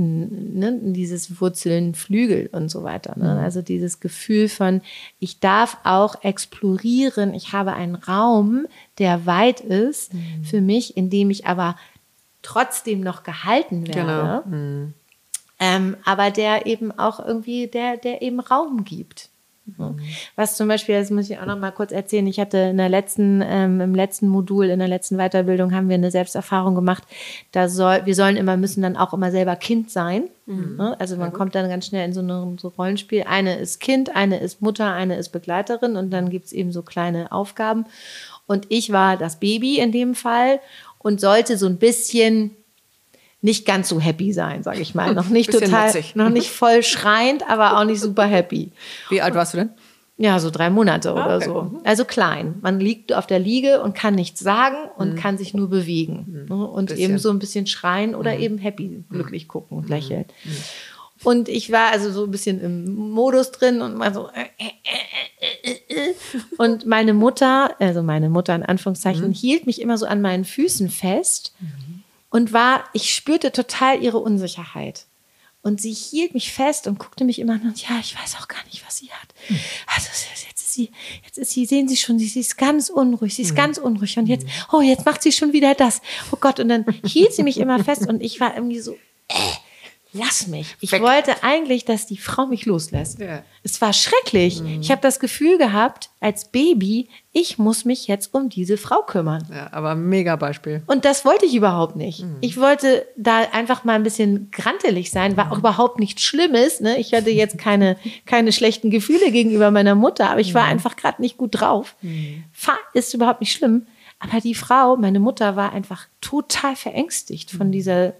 ne, dieses Wurzeln, Flügel und so weiter. Ne? Mhm. Also dieses Gefühl von, ich darf auch explorieren, ich habe einen Raum, der weit ist mhm. für mich, in dem ich aber trotzdem noch gehalten werde, genau. mhm. ähm, aber der eben auch irgendwie, der, der eben Raum gibt. Mhm. Was zum Beispiel, das muss ich auch noch mal kurz erzählen, ich hatte in der letzten, ähm, im letzten Modul, in der letzten Weiterbildung haben wir eine Selbsterfahrung gemacht, da soll, wir sollen immer, müssen dann auch immer selber Kind sein, mhm. ne? Also man ja, kommt dann ganz schnell in so ein so Rollenspiel, eine ist Kind, eine ist Mutter, eine ist Begleiterin und dann gibt's eben so kleine Aufgaben und ich war das Baby in dem Fall und sollte so ein bisschen nicht ganz so happy sein, sage ich mal. Noch nicht total, mutzig. Noch nicht voll schreiend, aber auch nicht super happy. Wie alt warst du denn? Ja, so drei Monate oder okay. so. Also klein. Man liegt auf der Liege und kann nichts sagen und mhm. kann sich nur bewegen. Mhm. Und bisschen. Eben so ein bisschen schreien oder mhm. eben happy, glücklich gucken und mhm. lächeln. Mhm. Und ich war also so ein bisschen im Modus drin und mal so. Äh, äh, äh, äh. Und meine Mutter, also meine Mutter in Anführungszeichen, mhm. hielt mich immer so an meinen Füßen fest. Mhm. Und war, ich spürte total ihre Unsicherheit. Und sie hielt mich fest und guckte mich immer an und ja, ich weiß auch gar nicht, was sie hat. Mhm. Also jetzt ist sie, jetzt ist sie, sehen Sie schon, sie ist ganz unruhig, sie ist mhm. ganz unruhig. Und jetzt, oh, jetzt macht sie schon wieder das. Oh Gott, und dann hielt sie mich immer fest und ich war irgendwie so, äh, lass mich. Ich Weg. wollte eigentlich, dass die Frau mich loslässt. Ja. Es war schrecklich. Mhm. Ich habe das Gefühl gehabt, als Baby, ich muss mich jetzt um diese Frau kümmern. Ja, aber mega Beispiel. Und das wollte ich überhaupt nicht. Mhm. Ich wollte da einfach mal ein bisschen grantelig sein, war auch überhaupt nichts Schlimmes. Ne? Ich hatte jetzt keine, keine schlechten Gefühle gegenüber meiner Mutter, aber ich war mhm. einfach gerade nicht gut drauf. Mhm. Ist überhaupt nicht schlimm. Aber die Frau, meine Mutter, war einfach total verängstigt von dieser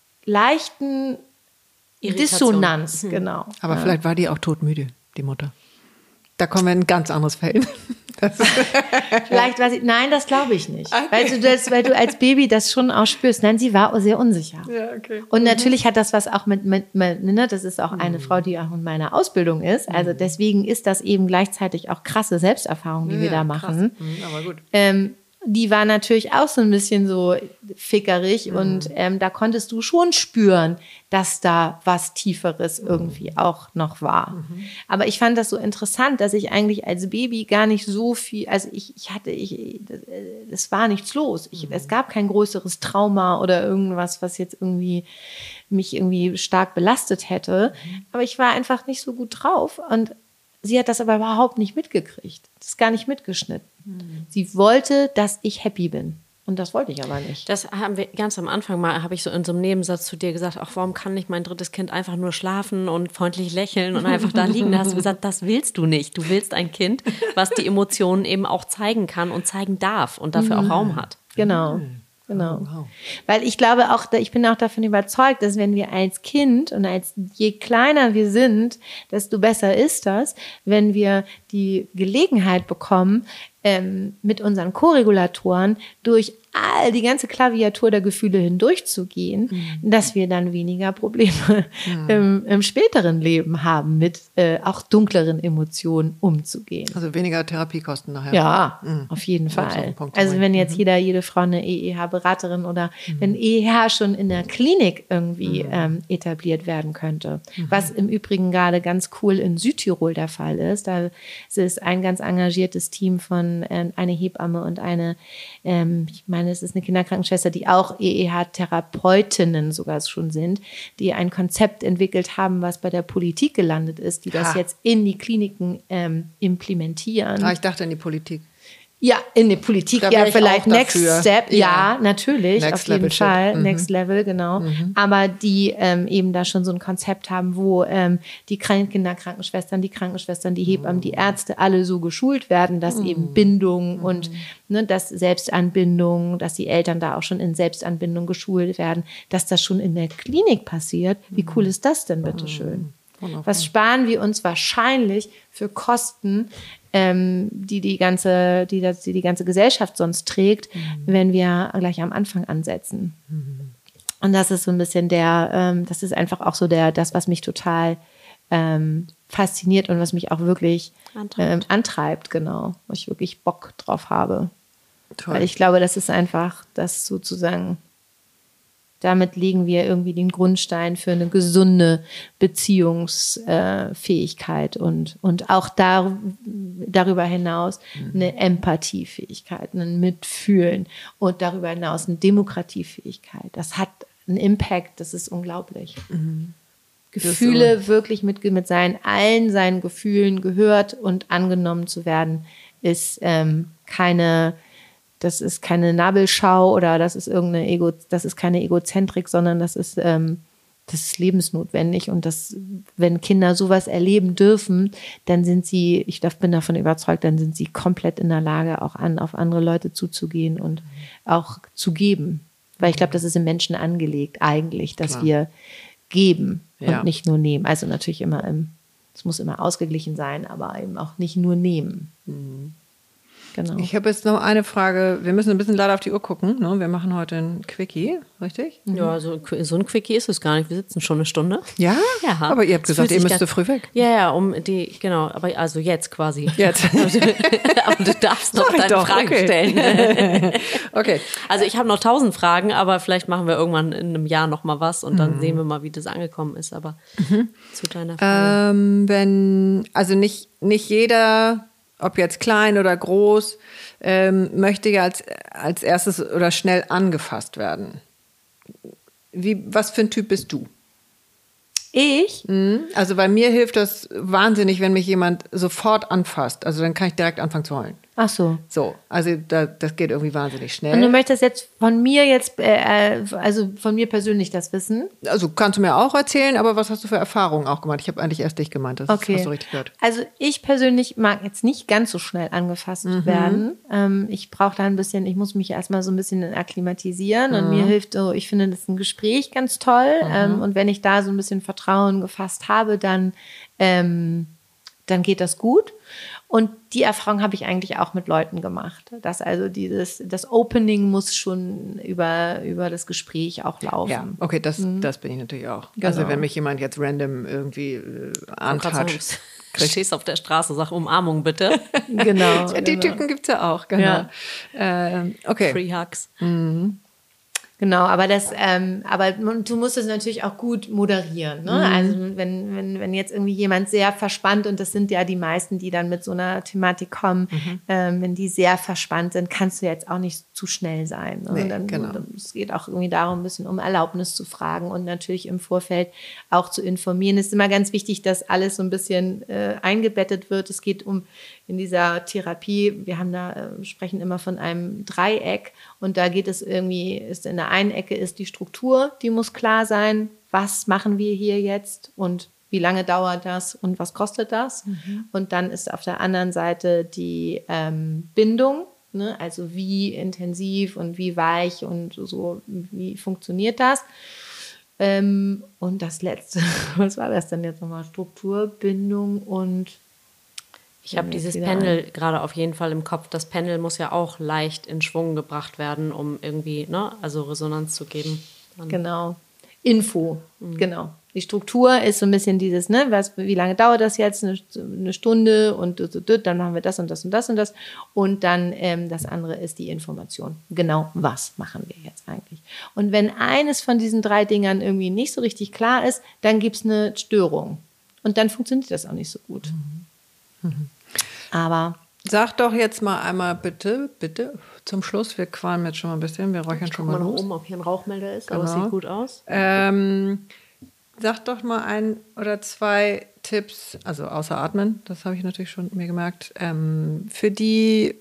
leichten Irritation. Dissonanz, mhm. genau. Aber ja. vielleicht war die auch todmüde, die Mutter. Da kommen wir in ein ganz anderes Feld. Vielleicht war sie, nein, das glaube ich nicht. Okay. Weil, du das, weil du als Baby das schon auch spürst. Nein, sie war sehr unsicher. Ja, okay. Und mhm. natürlich hat das was auch mit, mit, mit ne, das ist auch mhm. eine Frau, die auch in meiner Ausbildung ist. Also deswegen ist das eben gleichzeitig auch krasse Selbsterfahrung, die ja, wir da machen. Mhm, aber gut. Ähm, die war natürlich auch so ein bisschen so fickerig mhm. und ähm, da konntest du schon spüren, dass da was Tieferes irgendwie mhm. auch noch war. Mhm. Aber ich fand das so interessant, dass ich eigentlich als Baby gar nicht so viel, also ich, ich hatte, ich, es war nichts los. Ich, mhm. Es gab kein größeres Trauma oder irgendwas, was jetzt irgendwie mich irgendwie stark belastet hätte. Mhm. Aber ich war einfach nicht so gut drauf und sie hat das aber überhaupt nicht mitgekriegt. Das ist gar nicht mitgeschnitten. Mhm. Sie wollte, dass ich happy bin. Und das wollte ich aber nicht. Das haben wir ganz am Anfang mal, habe ich so in so einem Nebensatz zu dir gesagt, ach, warum kann nicht mein drittes Kind einfach nur schlafen und freundlich lächeln und einfach da liegen? Da hast du gesagt, das willst du nicht. Du willst ein Kind, was die Emotionen eben auch zeigen kann und zeigen darf und dafür auch Raum hat. Genau. Genau. Oh, wow. Weil ich glaube auch, ich bin auch davon überzeugt, dass wenn wir als Kind und als je kleiner wir sind, desto besser ist das, wenn wir die Gelegenheit bekommen, ähm, mit unseren Koregulatoren durch all die ganze Klaviatur der Gefühle hindurchzugehen, mhm. dass wir dann weniger Probleme mhm. im, im späteren Leben haben, mit äh, auch dunkleren Emotionen umzugehen. Also weniger Therapiekosten nachher. Ja, mhm. auf jeden Fall. Punkt, also wenn jetzt mhm. jeder, jede Frau eine E E H-Beraterin oder mhm. wenn E E H schon in der Klinik irgendwie mhm. ähm, etabliert werden könnte, mhm. was im Übrigen gerade ganz cool in Südtirol der Fall ist. Da ist ein ganz engagiertes Team von äh, eine Hebamme und eine, ähm, ich meine, es ist eine Kinderkrankenschwester, die auch E E H-Therapeutinnen sogar schon sind, die ein Konzept entwickelt haben, was bei der Politik gelandet ist, die das ha. jetzt in die Kliniken ähm, implementieren. Ah, ich dachte in die Politik. Ja, in die Politik, da ja, vielleicht Next dafür. Step, ja, ja natürlich, Next auf jeden Level Fall, mhm. Next Level, genau. Mhm. Aber die ähm, eben da schon so ein Konzept haben, wo ähm, die Kinderkrankenschwestern, die Krankenschwestern, die Hebammen, mhm. die Ärzte alle so geschult werden, dass mhm. eben Bindung mhm. und ne, dass Selbstanbindung, dass die Eltern da auch schon in Selbstanbindung geschult werden, dass das schon in der Klinik passiert. Wie cool ist das denn, bitteschön? Mhm. Was sparen wir uns wahrscheinlich für Kosten, ähm, die die ganze, die, das, die die ganze Gesellschaft sonst trägt, mhm. wenn wir gleich am Anfang ansetzen. Mhm. Und das ist so ein bisschen der, ähm, das ist einfach auch so der, das, was mich total ähm, fasziniert und was mich auch wirklich antreibt, ähm, antreibt genau, wo ich wirklich Bock drauf habe. Toll. Weil ich glaube, das ist einfach, das sozusagen, damit legen wir irgendwie den Grundstein für eine gesunde Beziehungsfähigkeit und, und auch dar, darüber hinaus eine Empathiefähigkeit, ein Mitfühlen und darüber hinaus eine Demokratiefähigkeit. Das hat einen Impact, das ist unglaublich. Mhm. Gefühle so. wirklich mit, mit seinen, allen seinen Gefühlen gehört und angenommen zu werden, ist ähm, keine... Das ist keine Nabelschau oder das ist irgendeine Ego, das ist keine Egozentrik, sondern das ist, ähm, das ist lebensnotwendig. Und das, wenn Kinder sowas erleben dürfen, dann sind sie, ich bin davon überzeugt, dann sind sie komplett in der Lage, auch an, auf andere Leute zuzugehen und auch zu geben. Weil ich glaube, das ist im Menschen angelegt eigentlich, dass Klar. wir geben ja. und nicht nur nehmen. Also natürlich immer, im, es muss immer ausgeglichen sein, aber eben auch nicht nur nehmen. Mhm. Genau. Ich habe jetzt noch eine Frage. Wir müssen ein bisschen leider auf die Uhr gucken. Ne? Wir machen heute ein Quickie, richtig? Ja, so, so ein Quickie ist es gar nicht. Wir sitzen schon eine Stunde. Ja? Ja. Aber ihr habt gesagt, ihr müsst so früh weg. Ja, ja, um die, genau. Aber also jetzt quasi. Jetzt. Aber du darfst noch deine doch, Fragen okay. stellen. Okay. Also ich habe noch tausend Fragen, aber vielleicht machen wir irgendwann in einem Jahr noch mal was und dann mhm. sehen wir mal, wie das angekommen ist. Aber mhm. zu deiner Frage. Ähm, wenn, also nicht, nicht jeder... ob jetzt klein oder groß, ähm, möchte ja als, als erstes oder schnell angefasst werden. Wie, was für ein Typ bist du? Ich? Mhm. Also bei mir hilft das wahnsinnig, wenn mich jemand sofort anfasst. Also dann kann ich direkt anfangen zu heulen. Ach so. So, also da, das geht irgendwie wahnsinnig schnell. Und du möchtest jetzt von mir jetzt, äh, also von mir persönlich das wissen? Also kannst du mir auch erzählen, aber was hast du für Erfahrungen auch gemacht? Ich habe eigentlich erst dich gemeint, das okay. hast du richtig gehört. Also ich persönlich mag jetzt nicht ganz so schnell angefasst mhm. werden. Ähm, ich brauche da ein bisschen, ich muss mich erstmal so ein bisschen akklimatisieren mhm. und mir hilft so, ich finde das ein Gespräch ganz toll mhm. ähm, und wenn ich da so ein bisschen Vertrauen gefasst habe, dann, ähm, dann geht das gut. Und die Erfahrung habe ich eigentlich auch mit Leuten gemacht, dass also dieses, das Opening muss schon über, über das Gespräch auch laufen. Ja, okay, das, mhm. das bin ich natürlich auch. Genau. Also wenn mich jemand jetzt random irgendwie äh, antatscht. Du stehst auf der Straße, sag Umarmung bitte. Genau. Ja, die genau. Typen gibt es ja auch, genau. Ja. Ähm, okay. Free Hugs. Mhm. Genau, aber das, ähm, aber du musst es natürlich auch gut moderieren. Ne? Mhm. Also wenn, wenn, wenn jetzt irgendwie jemand sehr verspannt, und das sind ja die meisten, die dann mit so einer Thematik kommen, mhm. ähm, wenn die sehr verspannt sind, kannst du jetzt auch nicht zu schnell sein. Ne? Nee, dann, genau. dann, es geht auch irgendwie darum, ein bisschen um Erlaubnis zu fragen und natürlich im Vorfeld auch zu informieren. Es ist immer ganz wichtig, dass alles so ein bisschen äh, eingebettet wird. Es geht um in dieser Therapie, wir haben da, äh, sprechen immer von einem Dreieck und da geht es irgendwie, ist in der einen Ecke ist die Struktur, die muss klar sein, was machen wir hier jetzt und wie lange dauert das und was kostet das? Mhm. Und dann ist auf der anderen Seite die ähm, Bindung, ne? Also wie intensiv und wie weich und so, wie funktioniert das? Ähm, und das Letzte, was war das denn jetzt nochmal? Struktur, Bindung und Ich habe dieses Pendel gerade auf jeden Fall im Kopf. Das Pendel muss ja auch leicht in Schwung gebracht werden, um irgendwie, ne, also Resonanz zu geben. Dann genau. Info, mhm. genau. Die Struktur ist so ein bisschen dieses, ne, was, wie lange dauert das jetzt? Eine, eine Stunde und dann machen wir das und das und das und das. Und dann ähm, das andere ist die Information. Genau, was machen wir jetzt eigentlich? Und wenn eines von diesen drei Dingern irgendwie nicht so richtig klar ist, dann gibt es eine Störung. Und dann funktioniert das auch nicht so gut. Mhm. Mhm. Aber sag doch jetzt mal einmal bitte, bitte, zum Schluss, wir qualmen jetzt schon mal ein bisschen, wir räuchern schon mal los. Ich guck mal nach los. oben, ob hier ein Rauchmelder ist, genau. aber es sieht gut aus. Ähm, sag doch mal ein oder zwei Tipps, also außer Atmen, das habe ich natürlich schon mir gemerkt, ähm, für die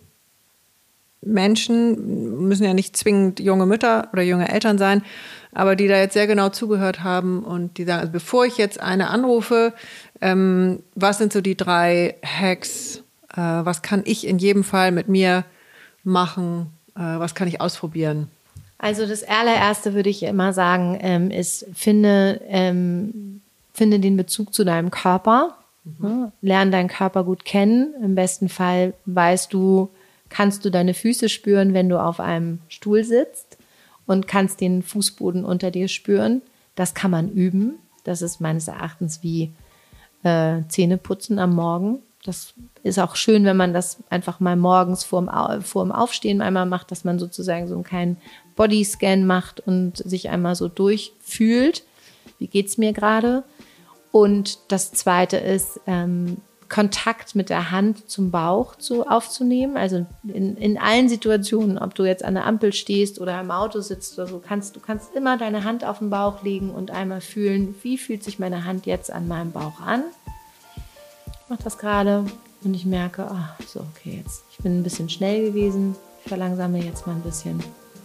Menschen, müssen ja nicht zwingend junge Mütter oder junge Eltern sein, aber die da jetzt sehr genau zugehört haben und die sagen, also bevor ich jetzt eine anrufe, ähm, was sind so die drei Hacks, äh, was kann ich in jedem Fall mit mir machen, äh, was kann ich ausprobieren? Also das allererste würde ich immer sagen, ähm, ist, finde, ähm, finde den Bezug zu deinem Körper. Mhm. Ja, lerne deinen Körper gut kennen. Im besten Fall weißt du, kannst du deine Füße spüren, wenn du auf einem Stuhl sitzt und kannst den Fußboden unter dir spüren. Das kann man üben. Das ist meines Erachtens wie äh, Zähneputzen am Morgen. Das ist auch schön, wenn man das einfach mal morgens vorm, vorm Aufstehen einmal macht, dass man sozusagen so einen kleinen Bodyscan macht und sich einmal so durchfühlt. Wie geht's mir gerade? Und das Zweite ist, ähm, Kontakt mit der Hand zum Bauch zu, aufzunehmen. Also in, in allen Situationen, ob du jetzt an der Ampel stehst oder im Auto sitzt oder so, kannst du kannst immer deine Hand auf den Bauch legen und einmal fühlen, wie fühlt sich meine Hand jetzt an meinem Bauch an. Ich mache das gerade und ich merke, ach, so, okay, jetzt, ich bin ein bisschen schnell gewesen, ich verlangsame jetzt mal ein bisschen.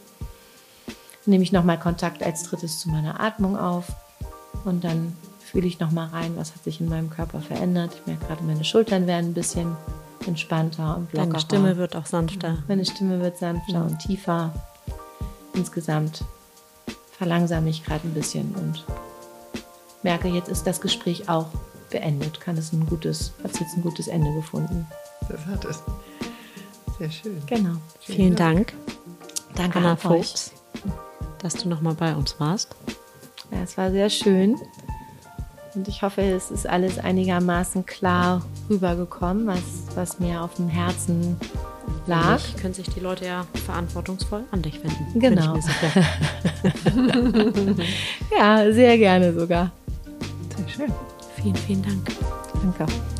Nehme ich nochmal Kontakt als drittes zu meiner Atmung auf und dann fühle ich nochmal rein, was hat sich in meinem Körper verändert. Ich merke gerade, meine Schultern werden ein bisschen entspannter und lockerer. Deine Stimme wird auch sanfter. Meine Stimme wird sanfter ja. und tiefer. Insgesamt verlangsame ich gerade ein bisschen und merke, jetzt ist das Gespräch auch beendet. Kann es ein gutes, hat es jetzt ein gutes Ende gefunden. Das hat es. Sehr schön. Genau. Vielen, Vielen Dank. Dank. Danke Anna Vogts, dass du nochmal bei uns warst. Ja, es war sehr schön. Und ich hoffe, es ist alles einigermaßen klar rübergekommen, was, was mir auf dem Herzen lag. Vielleicht können sich die Leute ja verantwortungsvoll an dich wenden. Genau. Ja, sehr gerne sogar. Sehr schön. Vielen, vielen Dank. Danke.